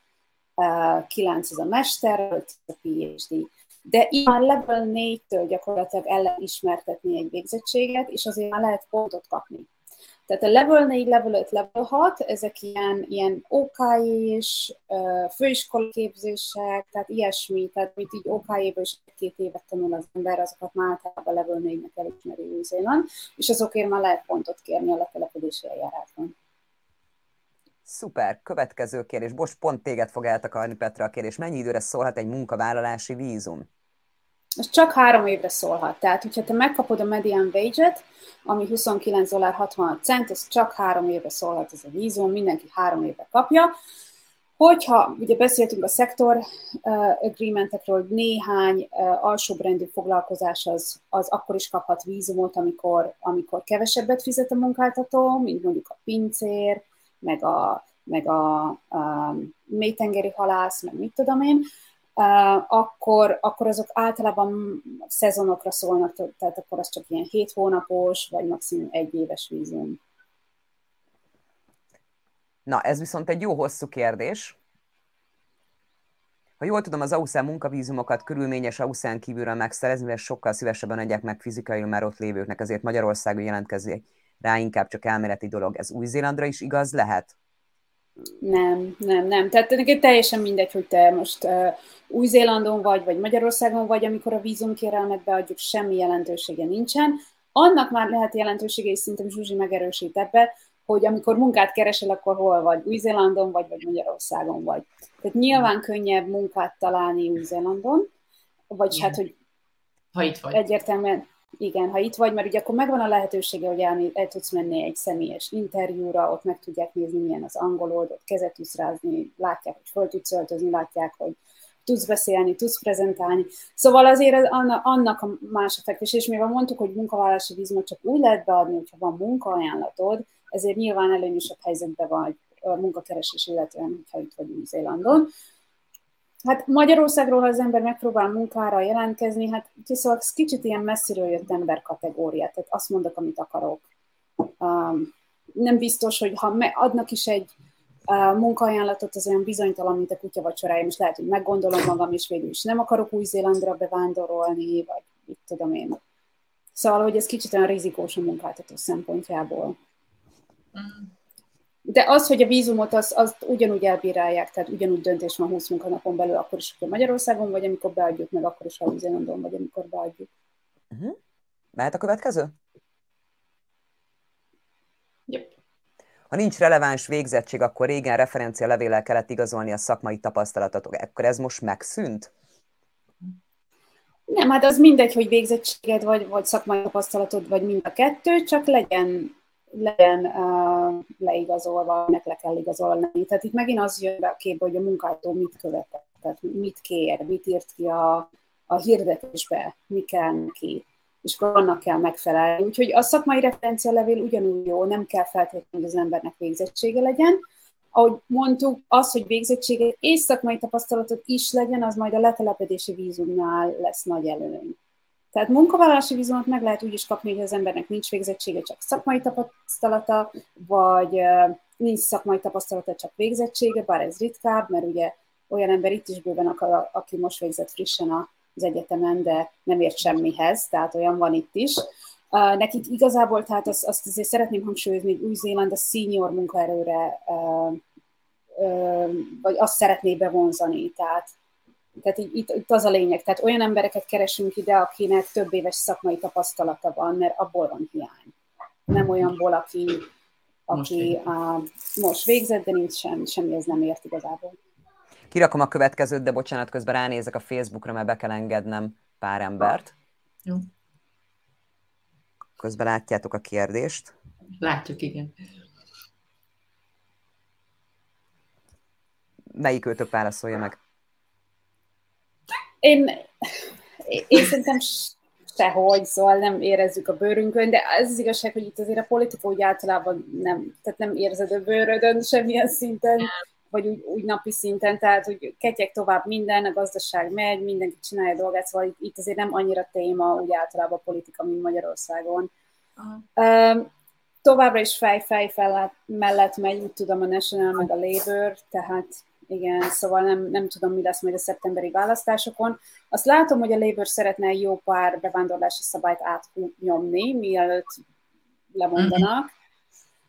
9 az a mester, a PhD. De így már level 4-től gyakorlatilag el lehet ismertetni egy végzettséget, és azért már lehet pontot kapni. Tehát a level 4, level 5, level 6, ezek ilyen OK-s, főiskolaképzések, tehát ilyesmi, tehát mit így OK-éból is 2 évet tanul az ember, azokat már általában level 4-nek elismeri Új-Zéland, és azokért már lehet pontot kérni a letelepedési eljárásban. Szuper, következő kérdés. Bocs, pont téged fog eltakarni, Petra, a kérdés. Mennyi időre szólhat egy munkavállalási vízum? Ez csak 3 évre szólhat. Tehát, hogyha te megkapod a median wage-et, ami $29.66, ez csak 3 évre szólhat ez a vízum, mindenki 3 évre kapja. Hogyha, ugye beszéltünk a szektor agreementekről, néhány alsóbrendű foglalkozás az akkor is kaphat vízumot, amikor kevesebbet fizet a munkáltató, mint mondjuk a pincér, meg a mélytengeri halász, meg mit tudom én, akkor azok általában szezonokra szólnak, tehát akkor az csak ilyen 7 hónapos, vagy maximum 1 éves vízum. Na, ez viszont egy jó hosszú kérdés. Ha jól tudom, az AUSZEN munkavízumokat körülményes AUSZEN kívülről megszerezni, mert sokkal szívesebben adják meg fizikailag már ott lévőknek, ezért Magyarországon jelentkezik rá inkább csak elméleti dolog. Ez Új-Zélandra is igaz lehet? Nem. Tehát neked teljesen mindegy, hogy te most Új-Zélandon vagy Magyarországon vagy, amikor a vízumkérelmet beadjuk, semmi jelentősége nincsen. Annak már lehet jelentősége, és szerintem Zsuzsi megerősít ebbe, hogy amikor munkát keresel, akkor hol vagy, Új-Zélandon vagy Magyarországon vagy. Tehát nyilván könnyebb munkát találni Új-Zélandon, vagy hát, hogy ha itt vagy. Egyértelműen, igen, ha itt vagy, mert ugye akkor megvan a lehetősége, hogy el tudsz menni egy személyes interjúra, ott meg tudják nézni, milyen az angolod, ott kezet tudsz rázni, látják, hogy föl tudsz öltözni, látják, hogy tudsz beszélni, tudsz prezentálni. Szóval azért annak a más a fekvés, és mivel mondtuk, hogy munkavállalási vízumot csak úgy lehet beadni, hogyha van munkaajánlatod, ezért nyilván előnyösebb helyzetben vagy a munkakeresés, illetően, ha itt vagy Új-Zélandon. Hát Magyarországról, ha az ember megpróbál munkára jelentkezni, hát szóval kicsit ilyen messziről jött ember kategória, tehát azt mondok, amit akarok. Nem biztos, hogy ha adnak is egy munkaajánlatot, az olyan bizonytalan, mint a kutyavacsorája, most lehet, hogy meggondolom magam, és végül is nem akarok Új-Zélandra bevándorolni, vagy mit tudom én. Szóval, hogy ez kicsit olyan rizikós a munkáltató szempontjából. De az, hogy a vízumot, azt ugyanúgy elbírálják, tehát ugyanúgy döntés van 20 munkanapon belül, akkor is, hogy Magyarországon vagy, amikor beadjuk, meg akkor is, ha Új-Zélandon vagy, amikor beadjuk. Mehet a következő? Yep. Ha nincs releváns végzettség, akkor régen referencia levéllel kellett igazolni a szakmai tapasztalatot. Akkor ez most megszűnt? Nem, hát az mindegy, hogy végzettséged vagy szakmai tapasztalatod, vagy mind a kettő, csak legyen leigazolva, meg le kell igazolni. Tehát itt megint az jön be a képbe, hogy a munkáltató mit követett, tehát mit kér, mit írt ki a hirdetésbe, mi kell neki, és akkor annak kell megfelelni. Úgyhogy a szakmai referencialevél ugyanúgy jó, nem kell feltétlenül, hogy az embernek végzettsége legyen. Ahogy mondtuk, az, hogy végzettsége és szakmai tapasztalatot is legyen, az majd a letelepedési vízumnál lesz nagy előny. Tehát munkavállalási vízumot meg lehet úgy is kapni, hogy az embernek nincs végzettsége, csak szakmai tapasztalata, vagy nincs szakmai tapasztalata, csak végzettsége, bár ez ritkább, mert ugye olyan ember itt is bőven akar, aki most végzett frissen az egyetemen, de nem ért semmihez, tehát olyan van itt is. Nekik igazából, tehát azt azért szeretném hangsúlyozni, hogy Új-Zéland a senior munkaerőre, vagy azt szeretné bevonzani, tehát itt az a lényeg. Tehát olyan embereket keresünk ide, akinek több éves szakmai tapasztalata van, mert abból van hiány. Nem olyanból, aki most végzett, de nincs semmi, ez nem ért igazából. Kirakom a következőt, de bocsánat, közben ránézek a Facebookra, mert be kell engednem pár embert. Jó. Közben látjátok a kérdést. Látjuk, igen. Melyik őtök válaszolja meg? Én szerintem sehogy, szóval nem érezzük a bőrünkön, de ez az igazság, hogy itt azért a politika úgy általában nem érzed a bőrödön semmilyen szinten, vagy úgy napi szinten, tehát hogy ketyeg tovább minden, a gazdaság megy, mindenki csinálja a dolgát, szóval itt azért nem annyira téma úgy általában a politika, mint Magyarországon. Továbbra is fej mellett megy, úgy tudom, a National meg a Labour, tehát igen, szóval nem tudom, mi lesz majd a szeptemberi választásokon. Azt látom, hogy a Labour szeretne jó pár bevándorlási szabályt átnyomni, mielőtt lemondanak.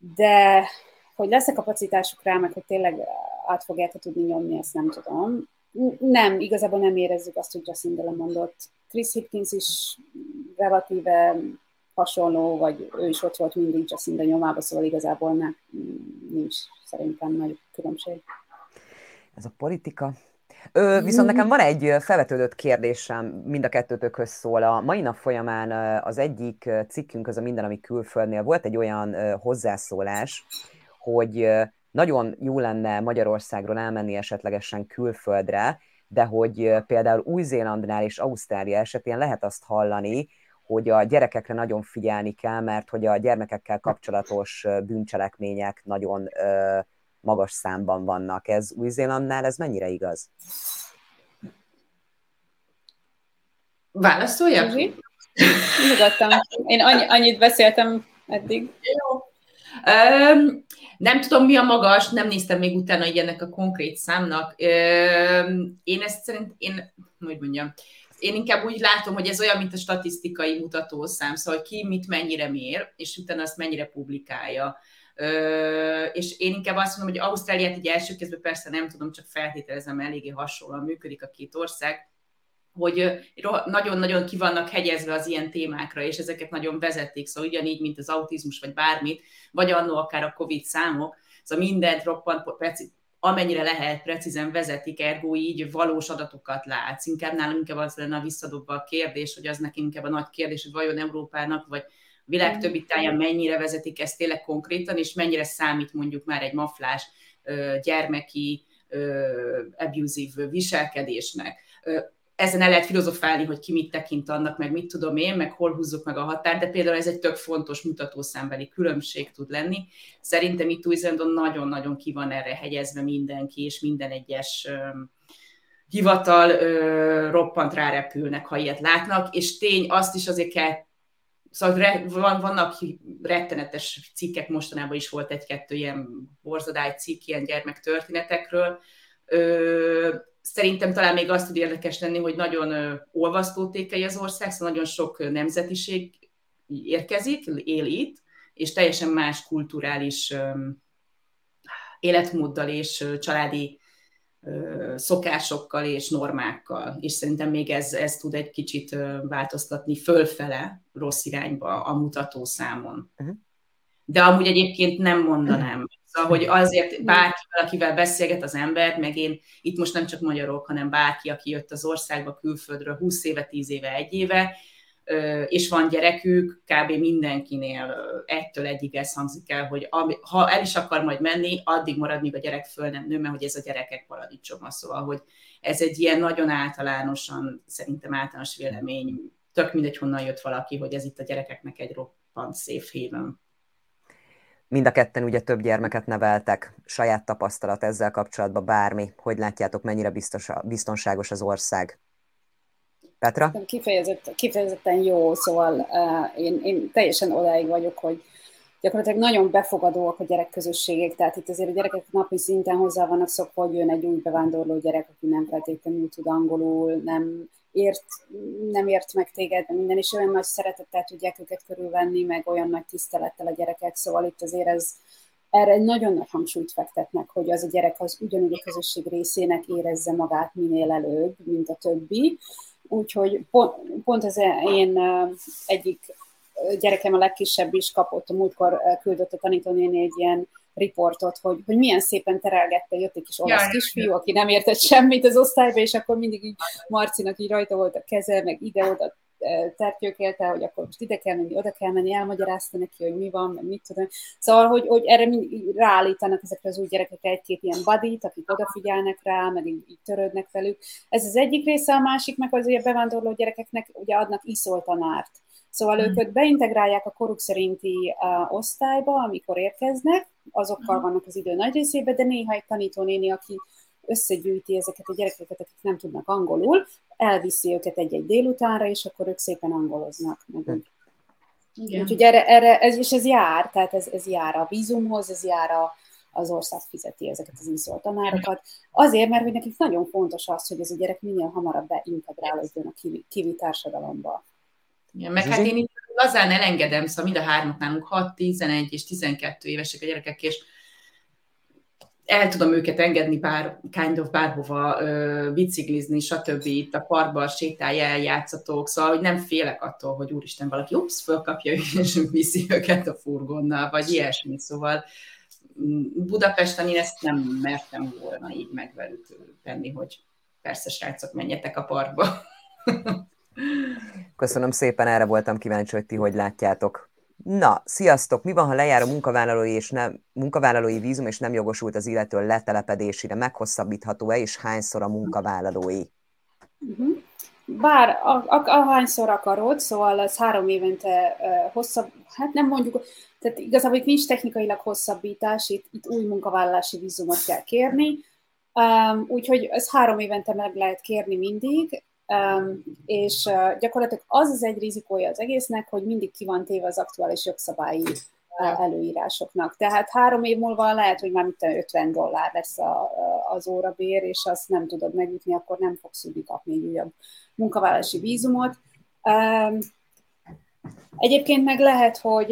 de hogy lesz-e kapacitásuk rá, meg hogy tényleg át fogják tudni nyomni, ezt nem tudom. Nem, igazából nem érezzük azt, hogy Jacinda lemondott. Chris Hipkins is relatíve hasonló, vagy ő is ott volt mindig Jacinda nyomába, szóval igazából nincs szerintem nagy különbség. Ez a politika. Viszont nekem van egy felvetődött kérdésem, mind a kettőtökhöz szól. A mai nap folyamán az egyik cikkünk, az a Minden, ami külföldnél, volt egy olyan hozzászólás, hogy nagyon jó lenne Magyarországról elmenni esetlegesen külföldre, de hogy például Új-Zélandnál és Ausztrália esetén lehet azt hallani, hogy a gyerekekre nagyon figyelni kell, mert hogy a gyermekekkel kapcsolatos bűncselekmények nagyon magas számban vannak. Ez Új-Zélandnál, ez mennyire igaz? Válaszoljak? Nyugodtan. Én annyit beszéltem eddig. Jó. Nem tudom, mi a magas, nem néztem még utána így ennek a konkrét számnak. Én ezt én inkább úgy látom, hogy ez olyan, mint a statisztikai mutatószám, szóval ki mit mennyire mér, és utána azt mennyire publikálja. És én inkább azt mondom, hogy Ausztráliát így első kezdve persze nem tudom, csak feltételezem, eléggé hasonlóan működik a két ország, hogy nagyon-nagyon ki vannak hegyezve az ilyen témákra, és ezeket nagyon vezették, szóval ugyanígy, mint az autizmus, vagy bármit, vagy annó akár a Covid számok, szóval mindent roppant, amennyire lehet, precízen vezetik, ergo így valós adatokat látsz. Inkább az lenne visszadobva a kérdés, hogy az nekem inkább a nagy kérdés, hogy vajon Európának, vagy a világ többi táján mennyire vezetik ezt tényleg konkrétan, és mennyire számít mondjuk már egy maflás gyermeki abusive viselkedésnek. Ezen el lehet filozofálni, hogy ki mit tekint annak, meg mit tudom én, meg hol húzzuk meg a határt, de például ez egy tök fontos mutatószámbeli különbség tud lenni. Szerintem itt Új-Zélandon nagyon-nagyon ki van erre hegyezve mindenki, és minden egyes hivatal roppant rárepülnek, ha ilyet látnak, és tény, azt is azért kell, szóval vannak rettenetes cikkek, mostanában is volt egy-kettő ilyen borzadály cikk, ilyen gyermektörténetekről. Szerintem talán még azt tud érdekes lenni, hogy nagyon olvasztótékely az ország, szóval nagyon sok nemzetiség érkezik, él itt, és teljesen más kulturális életmóddal és családi szokásokkal és normákkal, és szerintem még ez tud egy kicsit változtatni fölfele, rossz irányba a mutatószámon. De amúgy egyébként nem mondanám. Szóval, hogy azért bárkivel, akivel beszélget az ember, meg én itt most nem csak magyarok, hanem bárki, aki jött az országba külföldről 20 éve, 10 éve, 1 éve, és van gyerekük, kb. Mindenkinél egytől egyig ez hangzik el, hogy ha el is akar majd menni, addig marad, míg a gyerek föl nem nő, mert hogy ez a gyerekek paradicsoma. Szóval, hogy ez egy ilyen nagyon általánosan, szerintem általános vélemény, tök mindegy, honnan jött valaki, hogy ez itt a gyerekeknek egy roppant safe haven. Mind a ketten ugye több gyermeket neveltek, saját tapasztalat ezzel kapcsolatban bármi, hogy látjátok, mennyire biztonságos az ország? Petra? Kifejezetten jó, szóval én teljesen odáig vagyok, hogy gyakorlatilag nagyon befogadóak a gyerekközösségek, tehát itt azért a gyerekek napi szinten hozzá vannak szokva, hogy jön egy új bevándorló gyerek, aki nem feltétlenül tud angolul, nem ért meg téged, de minden is olyan nagy szeretettel tudják őket körülvenni, meg olyan nagy tisztelettel a gyerekek, szóval itt azért erre egy nagyon nagy hangsúlyt fektetnek, hogy az a gyerek az ugyanúgy a közösség részének érezze magát minél előbb, mint a többi. Úgyhogy pont az én egyik gyerekem, a legkisebb is kapott, a múltkor küldött a tanítónéni egy ilyen riportot, hogy milyen szépen terelgette, jött egy kis olasz kisfiú, aki nem értett semmit az osztályba, és akkor mindig így Marcinak így rajta volt a keze, meg ide-oda tertjökelte, hogy akkor most ide kell menni, oda kell menni, elmagyarázta neki, hogy mi van, meg mit tudom. Szóval, hogy erre mindig ráállítanak ezekre az új gyerekekre egy-két ilyen buddyt, akik odafigyelnek rá, meg így törődnek velük. Ez az egyik része, a másik, meg az ugye bevándorló gyerekeknek ugye adnak iszoltanárt. Szóval őket beintegrálják a koruk szerinti osztályba, amikor érkeznek, azokkal vannak az idő nagy részében, de néha egy tanítónéni, aki összegyűjti ezeket a gyerekeket, akik nem tudnak angolul, elviszi őket egy-egy délutánra, és akkor ők szépen angoloznak. Úgyhogy ez jár, tehát ez jár a vízumhoz, ez jár az ország fizeti ezeket az iszoltanárokat. Azért, mert hogy nekik nagyon fontos az, hogy ez a gyerek minél hamarabb beintegrálódjon a kivi társadalomba. Ja, meg hát én lazán elengedem, szóval mind a hármat nálunk 6, 11 és 12 évesek a gyerekek, és el tudom őket engedni bárhova biciklizni, stb. Itt a parkban sétálj el, játszatok, szóval hogy nem félek attól, hogy úristen, valaki fölkapja és viszi őket a furgonnal, vagy ilyesmi, szóval Budapesten én ezt nem mertem volna így megvelük tenni, hogy persze, srácok, menjetek a parkba. Köszönöm szépen, erre voltam kíváncsi, hogy ti hogy látjátok. Na, sziasztok! Mi van, ha lejár a munkavállalói vízum, és nem jogosult az illető letelepedésére? Meghosszabbítható-e, és hányszor a munkavállalói? Bár ahányszor akarod, szóval az 3 évente hosszabb, hát nem mondjuk, tehát igazából itt nincs technikailag hosszabbítás, itt új munkavállalási vízumot kell kérni, úgyhogy ez 3 évente meg lehet kérni mindig, és gyakorlatilag az egy rizikója az egésznek, hogy mindig ki van téve az aktuális jogszabályi előírásoknak. Tehát 3 év múlva lehet, hogy már $50 lesz az órabér, és azt nem tudod megütni, akkor nem fogsz tudni kapni egy újabb munkavállalási vízumot. Egyébként meg lehet, hogy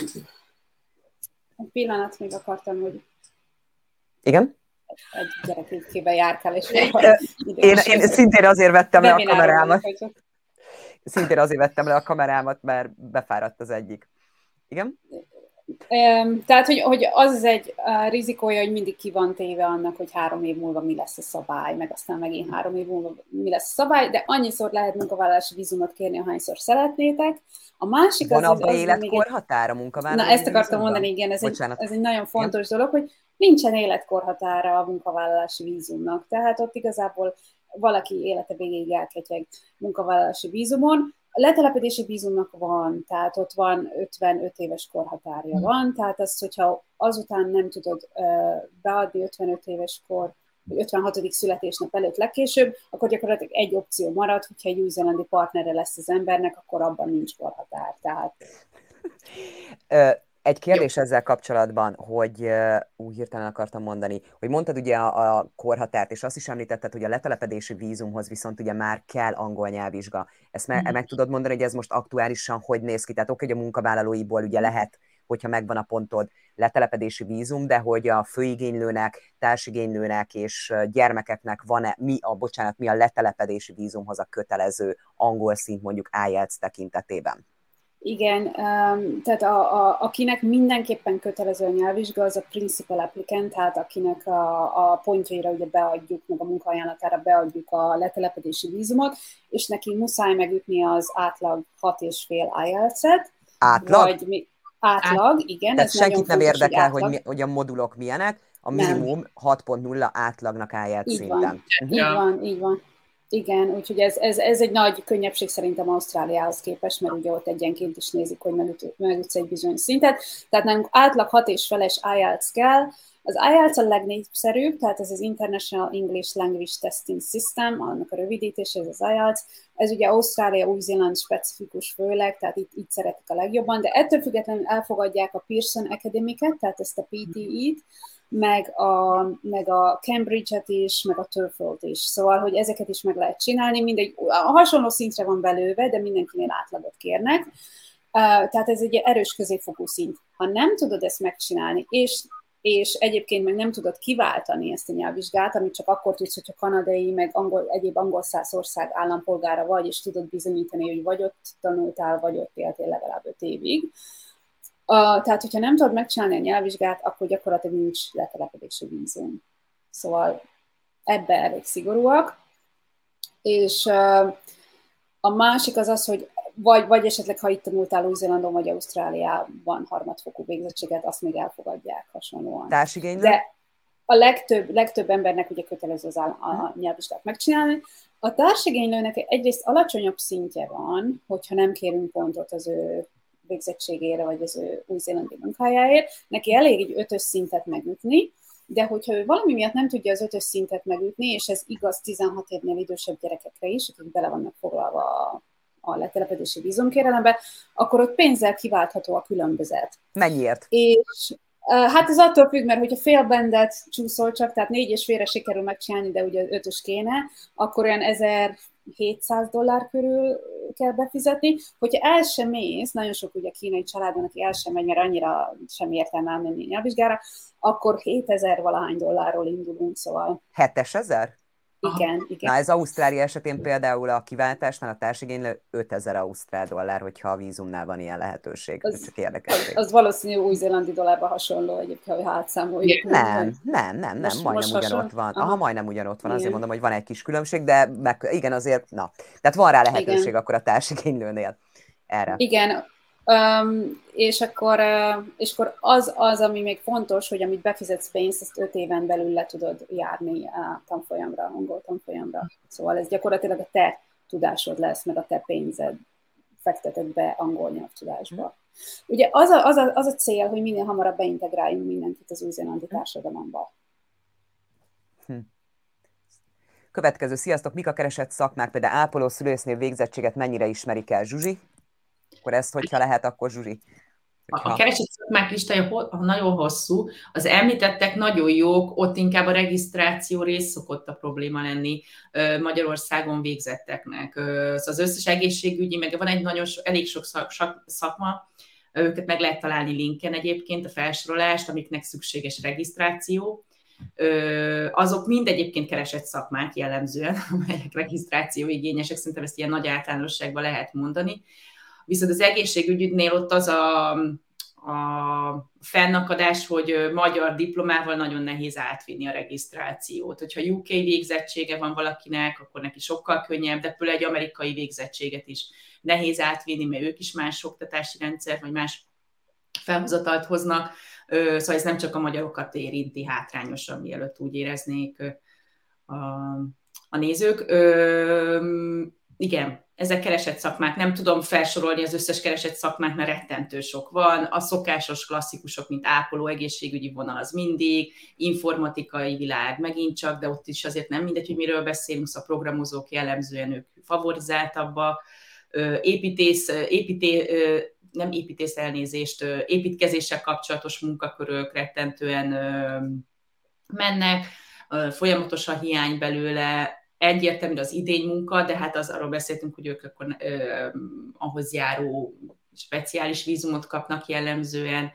egy pillanat még akartam, hogy... Igen? Egy gyerek ügykébe járkál, és... Én szintén azért vettem le a kamerámat. Szintén azért vettem le a kamerámat, mert befáradt az egyik. Igen? Tehát, hogy az egy rizikója, hogy mindig ki van téve annak, hogy 3 év múlva mi lesz a szabály, meg aztán megint 3 év múlva mi lesz a szabály, de annyiszor lehet munkavállalási vízumot kérni, ahányszor szeretnétek. A másik van abban életkorhatár a munkavállalási Na, ezt akartam mondani, igen, ez egy nagyon fontos dolog, hogy nincsen életkorhatára a munkavállalási vízumnak, tehát ott igazából valaki élete végéig elketyeg munkavállalási vízumon. A letelepedési vízumnak van, tehát ott van 55 éves korhatárja van, tehát azt, hogyha azután nem tudod beadni 55 éves kor, vagy 56. születésnap előtt legkésőbb, akkor gyakorlatilag egy opció marad, hogyha egy új-zélandi partnere lesz az embernek, akkor abban nincs korhatár. Tehát... Egy kérdés ezzel kapcsolatban, hogy hirtelen akartam mondani, hogy mondtad ugye a korhatárt, és azt is említetted, hogy a letelepedési vízumhoz viszont ugye már kell angol nyelvvizsga. Ezt meg tudod mondani, hogy ez most aktuálisan hogy néz ki? Tehát oké, hogy a munkavállalóiból ugye lehet, hogyha megvan a pontod, letelepedési vízum, de hogy a főigénylőnek, társigénylőnek és gyermekeknek van-e, mi a letelepedési vízumhoz a kötelező angol szint mondjuk IELTS tekintetében? Igen, tehát akinek mindenképpen kötelező a nyelvvizsga, az a principal applicant, tehát akinek a pontjaira ugye beadjuk, meg a munkaajánlatára beadjuk a letelepedési vízumot, és neki muszáj megütni az átlag 6,5 IELTS-et. Átlag? Átlag, igen. Tehát senkit nem érdekel, hogy a modulok milyenek, a minimum 6.0 átlagnak IELTS szinten. Így van. Igen, úgyhogy ez egy nagy könnyebbség szerintem Ausztráliához képest, mert ugye ott egyenként is nézik, hogy megütsz egy bizonyos szintet. Tehát nálunk átlag 6,5-es IELTS kell. Az IELTS a legnépszerűbb, tehát ez az International English Language Testing System, annak a rövidítése, ez az IELTS. Ez ugye Ausztrália, Új-Zéland specifikus főleg, tehát itt szeretik a legjobban, de ettől függetlenül elfogadják a Pearson Academic-et, tehát ezt a PTE-t, meg a Cambridge-et is, meg a TOEFL-t is. Szóval, hogy ezeket is meg lehet csinálni, mindegy, a hasonló szintre van belőve, de mindenkinél átlagot kérnek. Tehát ez egy erős középfokú szint. Ha nem tudod ezt megcsinálni, és egyébként meg nem tudod kiváltani ezt a nyelvvizsgát, amit csak akkor tudsz, hogyha kanadai, meg egyéb angol száz ország állampolgára vagy, és tudod bizonyítani, hogy vagy ott tanultál, vagy ott éltél legalább 5 évig. Tehát, hogyha nem tudod megcsinálni a nyelvvizsgát, akkor gyakorlatilag nincs letelepedési vízum. Szóval ebbe elég szigorúak. És a másik az, hogy vagy esetleg, ha itt tanultál Új-Zélandon vagy Ausztráliában harmadfokú végzettséget, azt még elfogadják hasonlóan. Társigénylő? De a legtöbb embernek ugye kötelező a nyelvvizsgát megcsinálni. A társigénylőnek egyrészt alacsonyabb szintje van, hogyha nem kérünk pontot az ő végzettségére, vagy az ő új-zélandi munkájáért. Neki elég egy 5-ös szintet megütni, de hogyha ő valami miatt nem tudja az 5-ös szintet megütni, és ez igaz 16 évnél idősebb gyerekekre is, akik bele vannak foglalva a letelepedési vízumkérelembe, akkor ott pénzzel kiváltható a különbözet. Mennyiért? És hát ez attól függ, mert hogyha félbendet csúszol csak, tehát 4,5-re sikerül megcsinálni, de ugye 5-ös kéne, akkor olyan $700 körül kell befizetni. Hogyha el sem mész, nagyon sok ugye kínai családon, aki el sem megy, mert annyira sem értelme elmenni nyelvvizsgára, akkor 7000 valahány dollárról indulunk, szóval. 7000? Igen. Na ez Ausztrália esetén például a kiváltásnál a társigénylő 5000 ausztrál dollár, hogyha a vízumnál van ilyen lehetőség. Csak érdekesség. Az valószínű új-zélandi dollárba hasonló egyébként, hogy hátszámoljuk. Nem, majdnem ugyanott van. Majdnem ugyanott van, azért mondom, hogy van egy kis különbség, de igen, azért, na. Tehát van rá lehetőség igen. Akkor a társigénylőnél erre. Igen, és akkor az, ami még fontos, hogy amit befizetsz pénzt, azt 5 éven belül le tudod járni a tanfolyamra, angol tanfolyamra. Szóval ez gyakorlatilag a te tudásod lesz, meg a te pénzed fekteted be angol nyelvtudásba. Ugye az a cél, hogy minél hamarabb beintegráljunk mindenkit az új-zélandi társadalomba. Következő, sziasztok, mik a keresett szakmák, például ápoló, szülősznél végzettséget mennyire ismerik el, Zsuzsi? Akkor ezt, hogyha lehet, akkor Zsuzsi. A keresett szakmák listája nagyon hosszú, az említettek nagyon jók, ott inkább a regisztráció rész szokott a probléma lenni Magyarországon végzetteknek. Az összes egészségügyi, meg van elég sok szakma, őket meg lehet találni linken egyébként, a felsorolást, amiknek szükséges regisztráció. Azok mind egyébként keresett szakmák jellemzően, amelyek regisztrációigényesek, szerintem ezt ilyen nagy általánosságban lehet mondani. Viszont az egészségügynél ott az a fennakadás, hogy magyar diplomával nagyon nehéz átvinni a regisztrációt. Hogyha UK végzettsége van valakinek, akkor neki sokkal könnyebb, de például egy amerikai végzettséget is nehéz átvinni, mert ők is más oktatási rendszer, vagy más felhozatalt hoznak. Szóval ez nem csak a magyarokat érinti hátrányosan, mielőtt úgy éreznék a nézők. Igen, ezek keresett szakmák, nem tudom felsorolni az összes keresett szakmát, mert rettentő sok van. A szokásos klasszikusok, mint ápoló, egészségügyi vonal az mindig, informatikai világ megint csak, de ott is azért nem mindegy, hogy miről beszélünk, a programozók jellemzően ők favorizáltabbak, építkezéssel kapcsolatos munkakörök rettentően mennek, folyamatos a hiány belőle, egyértelmű az idénymunka, de hát arról beszéltünk, hogy ők akkor ahhoz járó speciális vízumot kapnak jellemzően.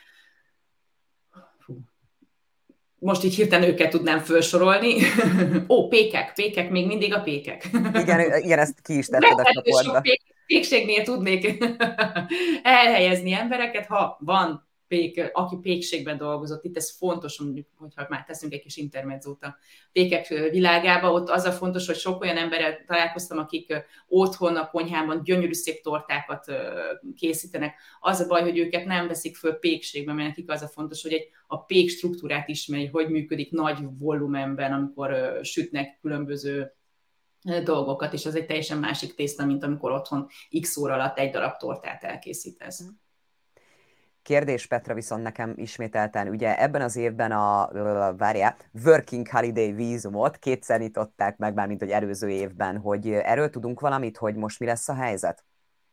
Most így hirtelen őket tudnám felsorolni. Pékek, még mindig a pékek. Igen, ezt ki is tetted a csoportba. Pékségnél tudnék elhelyezni embereket, ha van pék, aki pékségben dolgozott. Itt ez fontos, hogyha már teszünk egy kis intermedzót a pékek világába, ott az a fontos, hogy sok olyan emberrel találkoztam, akik otthon a konyhában gyönyörű szép tortákat készítenek. Az a baj, hogy őket nem veszik föl pékségben, mert nekik az a fontos, hogy a pék struktúrát ismeri, hogy működik nagy volumenben, amikor sütnek különböző dolgokat, és az egy teljesen másik tészta, mint amikor otthon x óra alatt egy darab tortát elkészítesz. Kérdés, Petra, viszont nekem ismételten, ugye ebben az évben a Working Holiday vízumot kétszer nyitották meg, már mint hogy előző évben, hogy erről tudunk valamit, hogy most mi lesz a helyzet?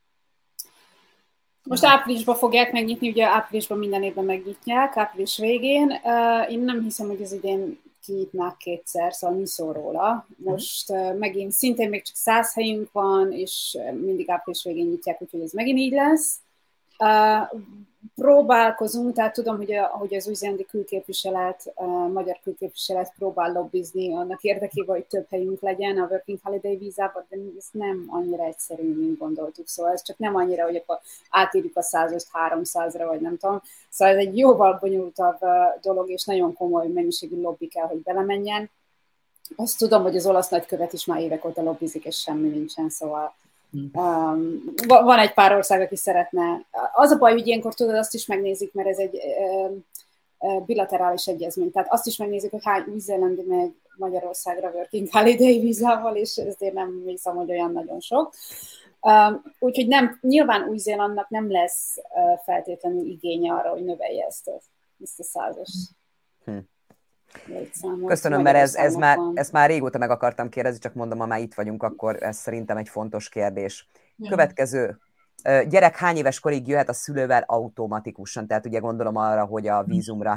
Most áprilisban fogják megnyitni, ugye áprilisban minden évben megnyitják, április végén. Én nem hiszem, hogy az idén kinyitnák kétszer, szóval mi szól róla. Most megint szintén még csak 100 helyünk van, és mindig április végén nyitják, úgyhogy ez megint így lesz. Próbálkozunk, tehát tudom, hogy az új-zélandi külképviselet, magyar külképviselet próbál lobbizni annak érdekében, hogy több helyünk legyen a Working Holiday vízában, de ez nem annyira egyszerű, mint gondoltuk. Szóval ez csak nem annyira, hogy akkor átírjuk a 100-ost 300-ra, vagy nem tudom. Szóval ez egy jóval bonyolultabb dolog, és nagyon komoly mennyiségű lobby kell, hogy belemenjen. Azt tudom, hogy az olasz nagykövet is már évek óta lobbizik, és semmi nincsen, szóval van egy pár ország, aki szeretne. Az a baj, hogy ilyenkor tudod, azt is megnézik, mert ez egy bilaterális egyezmény. Tehát azt is megnézik, hogy hány új-zélandi megy Magyarországra Working Holiday vízával, és ezért nem hiszem, hogy olyan nagyon sok. Úgyhogy nyilván Új-Zélandnak nem lesz feltétlenül igénye arra, hogy növelje ezt a 100-as. Köszönöm, mert ezt már régóta meg akartam kérdezni, csak mondom, ha már itt vagyunk, akkor ez szerintem egy fontos kérdés. Következő. Gyerek hány éves korig jöhet a szülővel automatikusan? Tehát ugye gondolom arra, hogy a vízumra,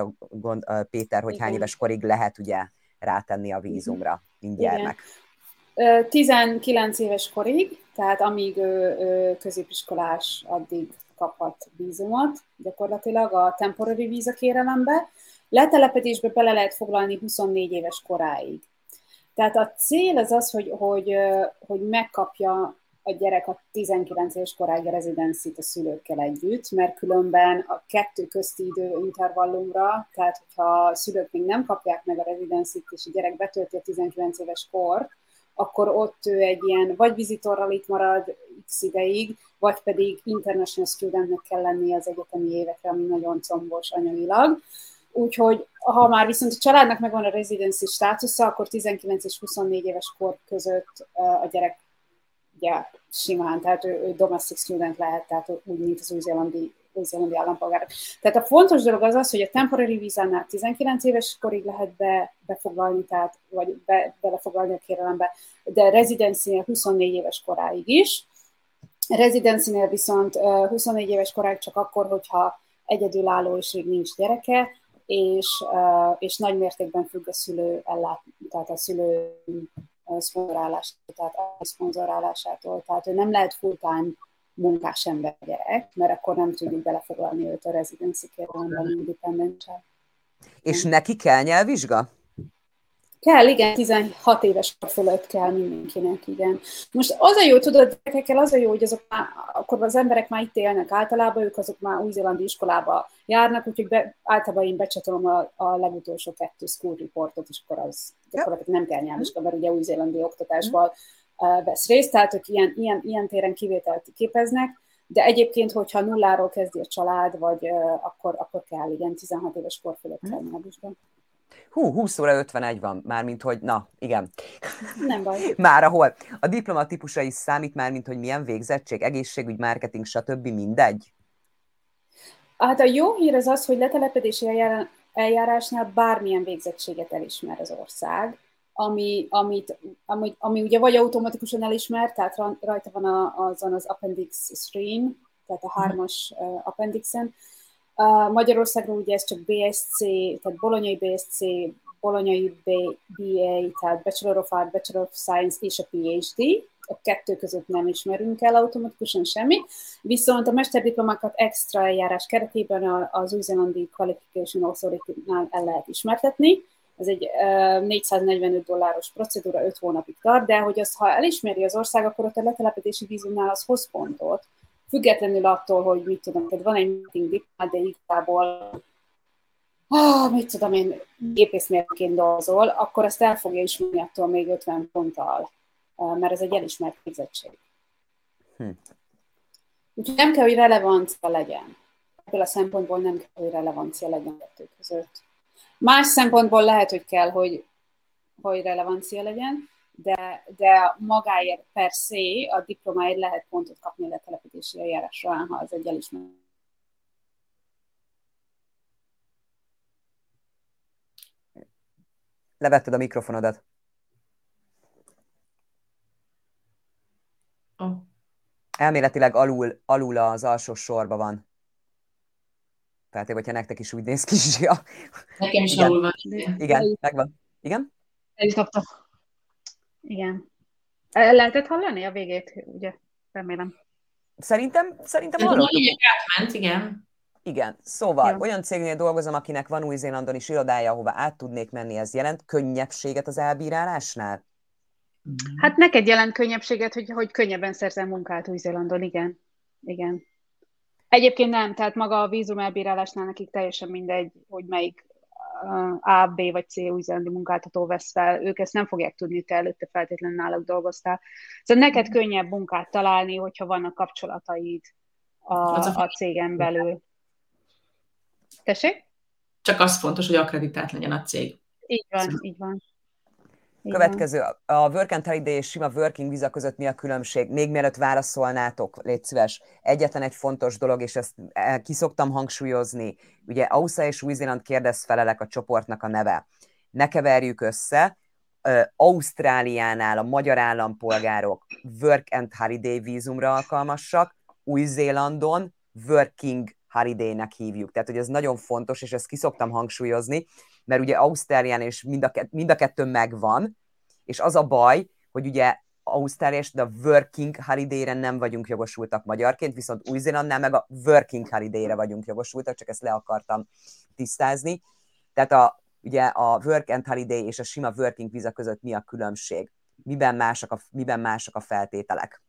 Péter, hogy hány éves korig lehet ugye rátenni a vízumra, mint gyermek. 19 éves korig, tehát amíg ő középiskolás, addig kaphat vízumot gyakorlatilag a temporary víza kérelembe. Letelepedésbe bele lehet foglalni 24 éves koráig. Tehát a cél az az, hogy megkapja a gyerek a 19 éves koráig a rezidencyt a szülőkkel együtt, mert különben a kettő közti időintervallumra, tehát hogyha a szülők még nem kapják meg a rezidencyt, és a gyerek betölti a 19 éves kort, akkor ott ő egy ilyen vagy vizitorral itt marad x ideig, vagy pedig international studentnek kell lennie az egyetemi évekre, ami nagyon combos anyagilag. Úgyhogy ha már viszont a családnak megvan a residency státusza, akkor 19 és 24 éves kor között a gyerek ugye, simán, tehát ő domestic student lehet, tehát úgy, mint az új-zélandi állampolgárok. Tehát a fontos dolog az az, hogy a temporary vízánál 19 éves korig lehet befoglalni, tehát, vagy belefoglalni a kérelembe, de residency-nél 24 éves koráig is. Residency-nél viszont 24 éves koráig csak akkor, hogyha egyedülálló és még nincs gyereke, és nagy mértékben függ a szülő tehát a szülő szponzorálásától. Tehát ő nem lehet full-time munkás ember gyerek, mert akkor nem tudjuk belefoglalni őt a residency kérelemben independent-sel. És neki kell nyelvvizsga? Kell, igen, 16 éves fölött kell mindenkinek, igen. Most az a jó, tudod, gyerekekkel az a jó, hogy azok már, akkor az emberek már itt élnek általában, ők azok már új-zélandi iskolába járnak, úgyhogy általában én becsatolom a legutolsó 2 school reportot, és akkor az gyakorlatilag nem kell nyelvvizsga, mert ugye új-zélandi oktatásban vesz részt, tehát ők ilyen téren kivételt képeznek, de egyébként, hogyha nulláról kezdi a család, vagy akkor kell, igen, 16 éves kor fölött kell nyelvvizsga. 20 óra 51 van, mármint hogy, na, igen. Nem baj. Már ahol. A diploma típusa is számít már, mint hogy milyen végzettség, egészségügy, marketing, stb. Mindegy? Hát a jó hír az az, hogy letelepedési eljárásnál bármilyen végzettséget elismer az ország, ami ugye vagy automatikusan elismer, tehát rajta van azon az appendix stream, tehát a 3-as appendixen. Magyarországról ugye ez csak BSc, tehát bolonyai BSc, bolonyai BA, tehát Bachelor of Art, Bachelor of Science és a PhD. A kettő között nem ismerünk el automatikusan semmit, viszont a mesterdiplomákat extra eljárás keretében az új-zélandi Qualification Authority-nál el lehet ismertetni. Ez egy $445 procedúra, 5 hónapig tart, de hogy azt, ha elismeri az ország, akkor ott a letelepedési vízumnál az hoz pontot, függetlenül attól, hogy mit tudom, tehát van egy marketing diplomát, de igazából mit tudom én, gépészmérnökként dolgozol, akkor azt el fogja ismerni attól még 50 ponttal, mert ez egy elismert végzettség. Úgyhogy nem kell, hogy relevancia legyen. Ebből a szempontból nem kell, hogy relevancia legyen kettő között. Más szempontból lehet, hogy kell, hogy relevancia legyen, de magáért per se a diplomáért lehet pontot kapni a letelepedési eljárás során, ha az egy elismert. Levetted a mikrofonodat. Elméletileg alul az alsó sorba van. Tehát, hogyha nektek is úgy néz ki, Zsia. Nekem is alul van. Igen, megvan. Igen? El is kaptam. Igen. Lehetett hallani a végét, ugye? Remélem. Szerintem hallottuk. Átment, igen. Igen, szóval olyan cégnél dolgozom, akinek van Új-Zélandon is irodája, ahova át tudnék menni, ez jelent könnyebbséget az elbírálásnál? Hát neked jelent könnyebbséget, hogy könnyebben szerzel munkát Új-Zélandon, igen. Igen. Egyébként nem, tehát maga a vízum elbírálásnál nekik teljesen mindegy, hogy melyik A, B vagy C új-zélandi munkáltató vesz fel, ők ezt nem fogják tudni, te előtte feltétlenül náluk dolgoztál. Szóval neked könnyebb munkát találni, hogyha vannak kapcsolataid a cégen belül. Tessék? Csak az fontos, hogy akkreditált legyen a cég. Így van, így van. Következő, a Work and Holiday és sima working visa között mi a különbség? Még mielőtt válaszolnátok, légy szíves. Egyetlen egy fontos dolog, és ezt ki szoktam hangsúlyozni. Ugye Ausztrália és Új-Zéland kérdezfelelek a csoportnak a neve. Ne keverjük össze. Ausztráliánál a magyar állampolgárok Work and Holiday vízumra alkalmasak, Új-Zélandon Working Holiday-nek hívjuk. Tehát, hogy ez nagyon fontos, és ezt ki szoktam hangsúlyozni, mert ugye Ausztrálián és mind a kettő megvan, és az a baj, hogy ugye Ausztrália és a Working Holiday-re nem vagyunk jogosultak magyarként, viszont Új-Zélandnál meg a Working Holiday-re vagyunk jogosultak, csak ezt le akartam tisztázni. Tehát ugye a Work and Holiday és a sima Working víza között mi a különbség? Miben mások a feltételek?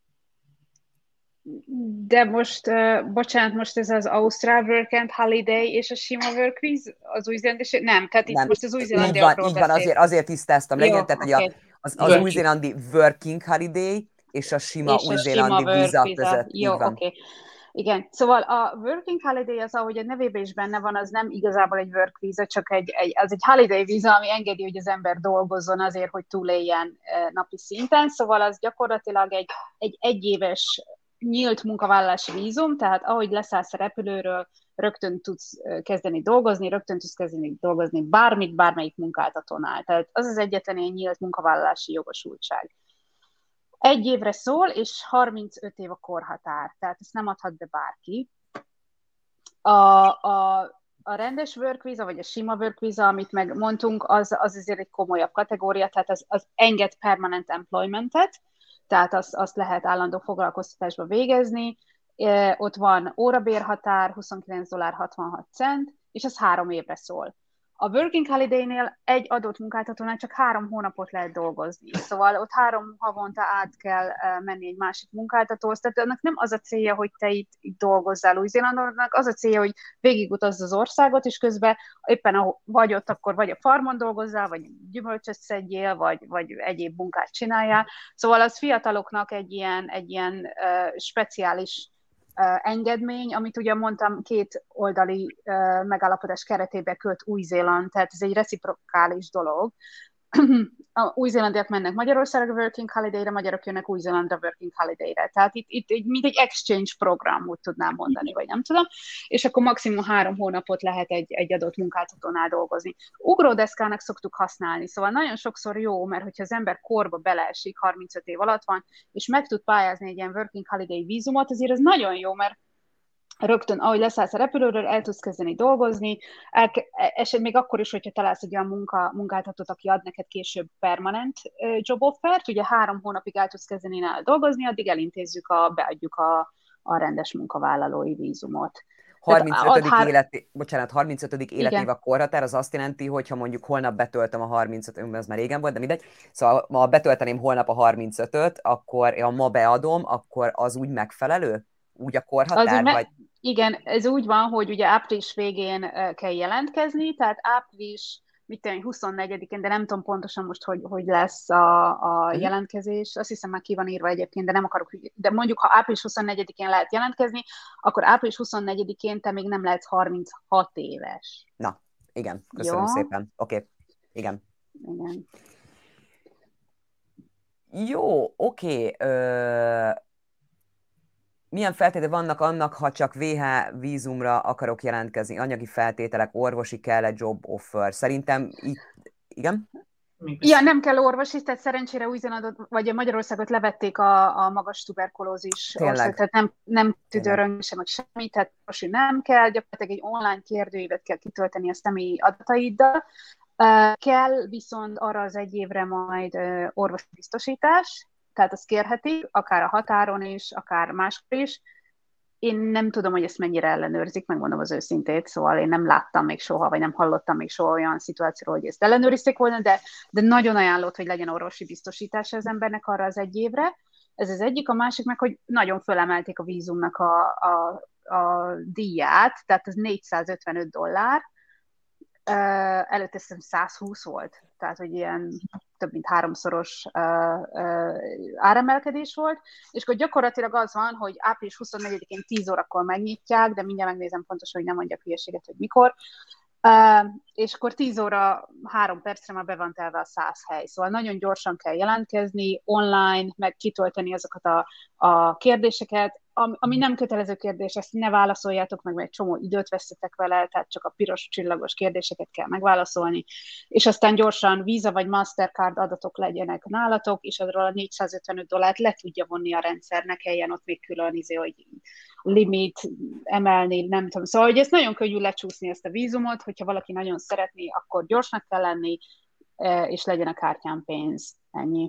De most, bocsánat, most ez az Ausztrál Work and Holiday és a sima Work Visa, az új-zélandi, nem, tehát itt nem. Most az új-zélandiakról beszél. Így van, azért tisztáztam, legyen, tehát okay. Az új-zélandi Working Holiday és a sima új-zélandi víza között. Jó, oké. Okay. Igen, szóval a Working Holiday az, ahogy a nevében is benne van, az nem igazából egy work visa, csak az egy holiday visa, ami engedi, hogy az ember dolgozzon azért, hogy túléljen napi szinten, szóval az gyakorlatilag egy egyéves nyílt munkavállalási vízum, tehát ahogy leszállsz a repülőről, rögtön tudsz kezdeni dolgozni bármelyik munkáltatónál. Tehát az az egyetlen ilyen nyílt munkavállalási jogosultság. 1 évre szól, és 35 év a korhatár, tehát ezt nem adhat be bárki. A rendes work visa, vagy a sima work visa, amit megmondtunk, az azért egy komolyabb kategória, tehát az enged permanent employmentet, tehát azt lehet állandó foglalkoztatásba végezni. Ott van órabérhatár, $29.66, és ez 3 évre szól. A Working Holiday-nél egy adott munkáltatónál csak 3 hónapot lehet dolgozni. Szóval ott 3 havonta át kell menni egy másik munkáltatóhoz. Tehát annak nem az a célja, hogy te itt dolgozzál Új-Zélandon, az a célja, hogy végigutazz az országot, és közben éppen ahol vagy ott, akkor vagy a farmon dolgozzál, vagy gyümölcsöt szedjél, vagy egyéb munkát csináljál. Szóval az fiataloknak egy ilyen speciális engedmény, amit ugye mondtam, 2 oldali megállapodás keretében köt Új-Zéland, tehát ez egy reciprokális dolog. A új-zélandiak mennek Magyarországra Working Holiday-re, magyarok jönnek Új-Zélandra Working Holiday-re. Tehát itt mint egy exchange program, úgy tudnám mondani, vagy nem tudom, és akkor maximum 3 hónapot lehet egy adott munkáltatónál dolgozni. Ugródeszkának szoktuk használni, szóval nagyon sokszor jó, mert hogyha az ember korba beleesik, 35 év alatt van, és meg tud pályázni egy ilyen Working Holiday vízumot, azért ez nagyon jó, mert rögtön, ahogy leszállsz a repülőről, el tudsz kezdeni dolgozni, esetleg még akkor is, hogyha találsz egy olyan munkáltatót, aki ad neked később permanent job offert, ugye 3 hónapig el tudsz kezdeni nála dolgozni, addig elintézzük, beadjuk a rendes munkavállalói vízumot. 35. életév a korhatár, az azt jelenti, hogy ha mondjuk holnap betöltöm a 35-öt, ez már régen volt, de mindegy, szóval ha betölteném holnap a 35-öt, akkor ha ma beadom, akkor az úgy megfelelő? Úgy a korhatár? Vagy... Igen, ez úgy van, hogy ugye április végén kell jelentkezni, tehát április 24-én, de nem tudom pontosan most, hogy lesz a jelentkezés, azt hiszem már ki van írva egyébként, de nem akarok, de mondjuk, ha április 24-én lehet jelentkezni, akkor április 24-én te még nem lehetsz 36 éves. Na, igen, köszönöm szépen. Oké, igen. Jó, oké. Milyen feltételek vannak annak, ha csak VH vízumra akarok jelentkezni? Anyagi feltételek, orvosi kell egy job offer? Szerintem itt... Igen? Ja, nem kell orvosi, tehát szerencsére Új-Zélandot, vagy Magyarországot levették a magas tuberkulózis ország, tehát nem tüdőröntgen sem, meg semmi, tehát orvosi nem kell, gyakorlatilag egy online kérdőívet kell kitölteni a személyi adataiddal. Kell viszont arra az 1 évre majd orvosi biztosítás, tehát azt kérhetik, akár a határon is, akár máskor is. Én nem tudom, hogy ezt mennyire ellenőrzik, megmondom az őszintét, szóval én nem láttam még soha, vagy nem hallottam még soha olyan szituációról, hogy ezt ellenőrizték volna, de nagyon ajánlott, hogy legyen orvosi biztosítása az embernek arra az 1 évre. Ez az egyik, a másik meg, hogy nagyon fölemelték a vízumnak a díját, tehát ez $455. Előtte hiszem 120 volt, tehát hogy ilyen több mint 3-szoros áremelkedés volt, és akkor gyakorlatilag az van, hogy április 24-én 10 órakor megnyitják, de mindjárt megnézem pontosan, hogy nem mondjak hülyeséget, hogy mikor, és akkor 10 óra 3 percre már be van telve a 100 hely. Szóval nagyon gyorsan kell jelentkezni, online, meg kitölteni azokat a kérdéseket, ami nem kötelező kérdés, ezt ne válaszoljátok meg, mert egy csomó időt vesztetek vele, tehát csak a piros csillagos kérdéseket kell megválaszolni, és aztán gyorsan Visa vagy Mastercard adatok legyenek nálatok, és arról a $455 le tudja vonni a rendszer, ne kelljen ott még külön, hogy limit emelni, nem tudom. Szóval, hogy ez nagyon könnyű lecsúszni ezt a vízumot, hogyha valaki nagyon szeretné, akkor gyorsnak kell lenni, és legyen a kártyán pénz. Ennyi.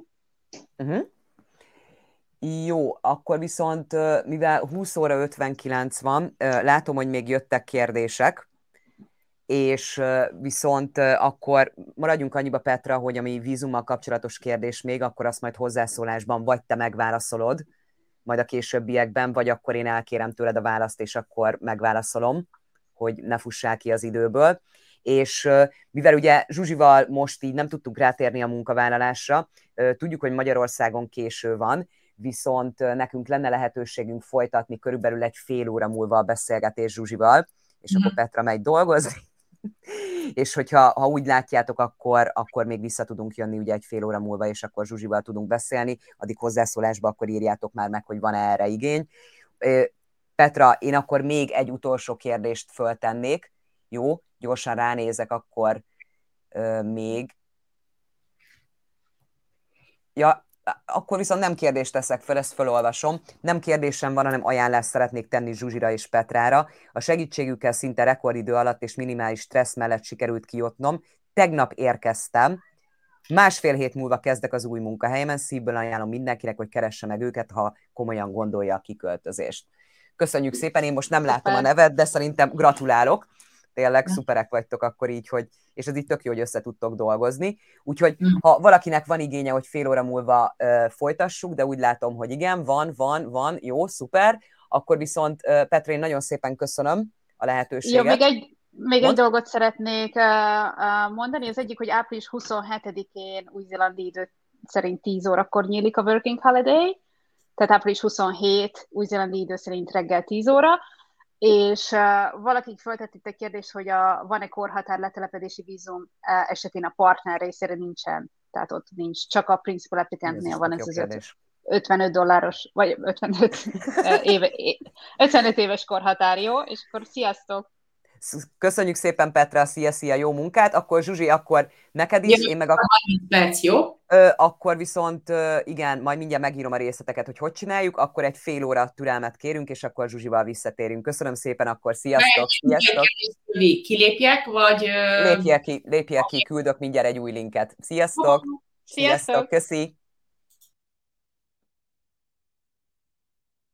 Uh-huh. Jó, akkor viszont, mivel 20 óra 59 van, látom, hogy még jöttek kérdések, és viszont akkor maradjunk annyiba, Petra, hogy ami vízummal kapcsolatos kérdés még, akkor azt majd hozzászólásban vagy te megválaszolod, majd a későbbiekben, vagy akkor én elkérem tőled a választ, és akkor megválaszolom, hogy ne fussál ki az időből. És mivel ugye Zsuzsival most így nem tudtunk rátérni a munkavállalásra, tudjuk, hogy Magyarországon késő van, viszont nekünk lenne lehetőségünk folytatni körülbelül egy fél óra múlva a beszélgetés Zsuzsival, és akkor Petra megy dolgozni, és hogyha úgy látjátok, akkor még vissza tudunk jönni ugye egy fél óra múlva, és akkor Zsuzsival tudunk beszélni, addig hozzászólásba akkor írjátok már meg, hogy van-e erre igény. Petra, én akkor még egy utolsó kérdést föltennék, jó? Gyorsan ránézek akkor még. Ja, akkor viszont nem kérdést teszek fel, ezt felolvasom. Nem kérdésem van, hanem ajánlást szeretnék tenni Zsuzsira és Petrára. A segítségükkel szinte rekordidő alatt és minimális stressz mellett sikerült kijutnom. Tegnap érkeztem. 1,5 hét múlva kezdek az új munkahelyemen. Szívből ajánlom mindenkinek, hogy keresse meg őket, ha komolyan gondolja a kiköltözést. Köszönjük szépen, én most nem látom a nevet, de szerintem gratulálok. Tényleg szuperek vagytok akkor így, hogy, és ez így tök jó, hogy össze tudtok dolgozni. Úgyhogy ha valakinek van igénye, hogy fél óra múlva folytassuk, de úgy látom, hogy igen, van, jó, szuper, akkor viszont Petra, én nagyon szépen köszönöm a lehetőséget. Jó, még egy dolgot szeretnék mondani, az egyik, hogy április 27-én új-zélandi idő szerint 10 órakor nyílik a Working Holiday, tehát április 27 új-zélandi idő szerint reggel 10 óra, és valaki föltett itt egy kérdést, hogy van-e korhatár letelepedési vízum esetén a partner részére nincsen, tehát ott nincs, csak a principal applicantnél van ez az $55, vagy 55 éves korhatár, jó? És akkor sziasztok! Köszönjük szépen, Petra, szia, jó munkát. Akkor Zsuzsi, akkor neked is, én meg akkor... Perc, jó? Akkor viszont igen, majd mindjárt megírom a részleteket, hogy csináljuk, akkor egy fél óra türelmet kérünk, és akkor Zsuzsival visszatérünk. Köszönöm szépen, akkor sziasztok! Kilépjek, vagy... Lépjek ki, küldök mindjárt egy új linket. Sziasztok! Sziasztok! Köszi!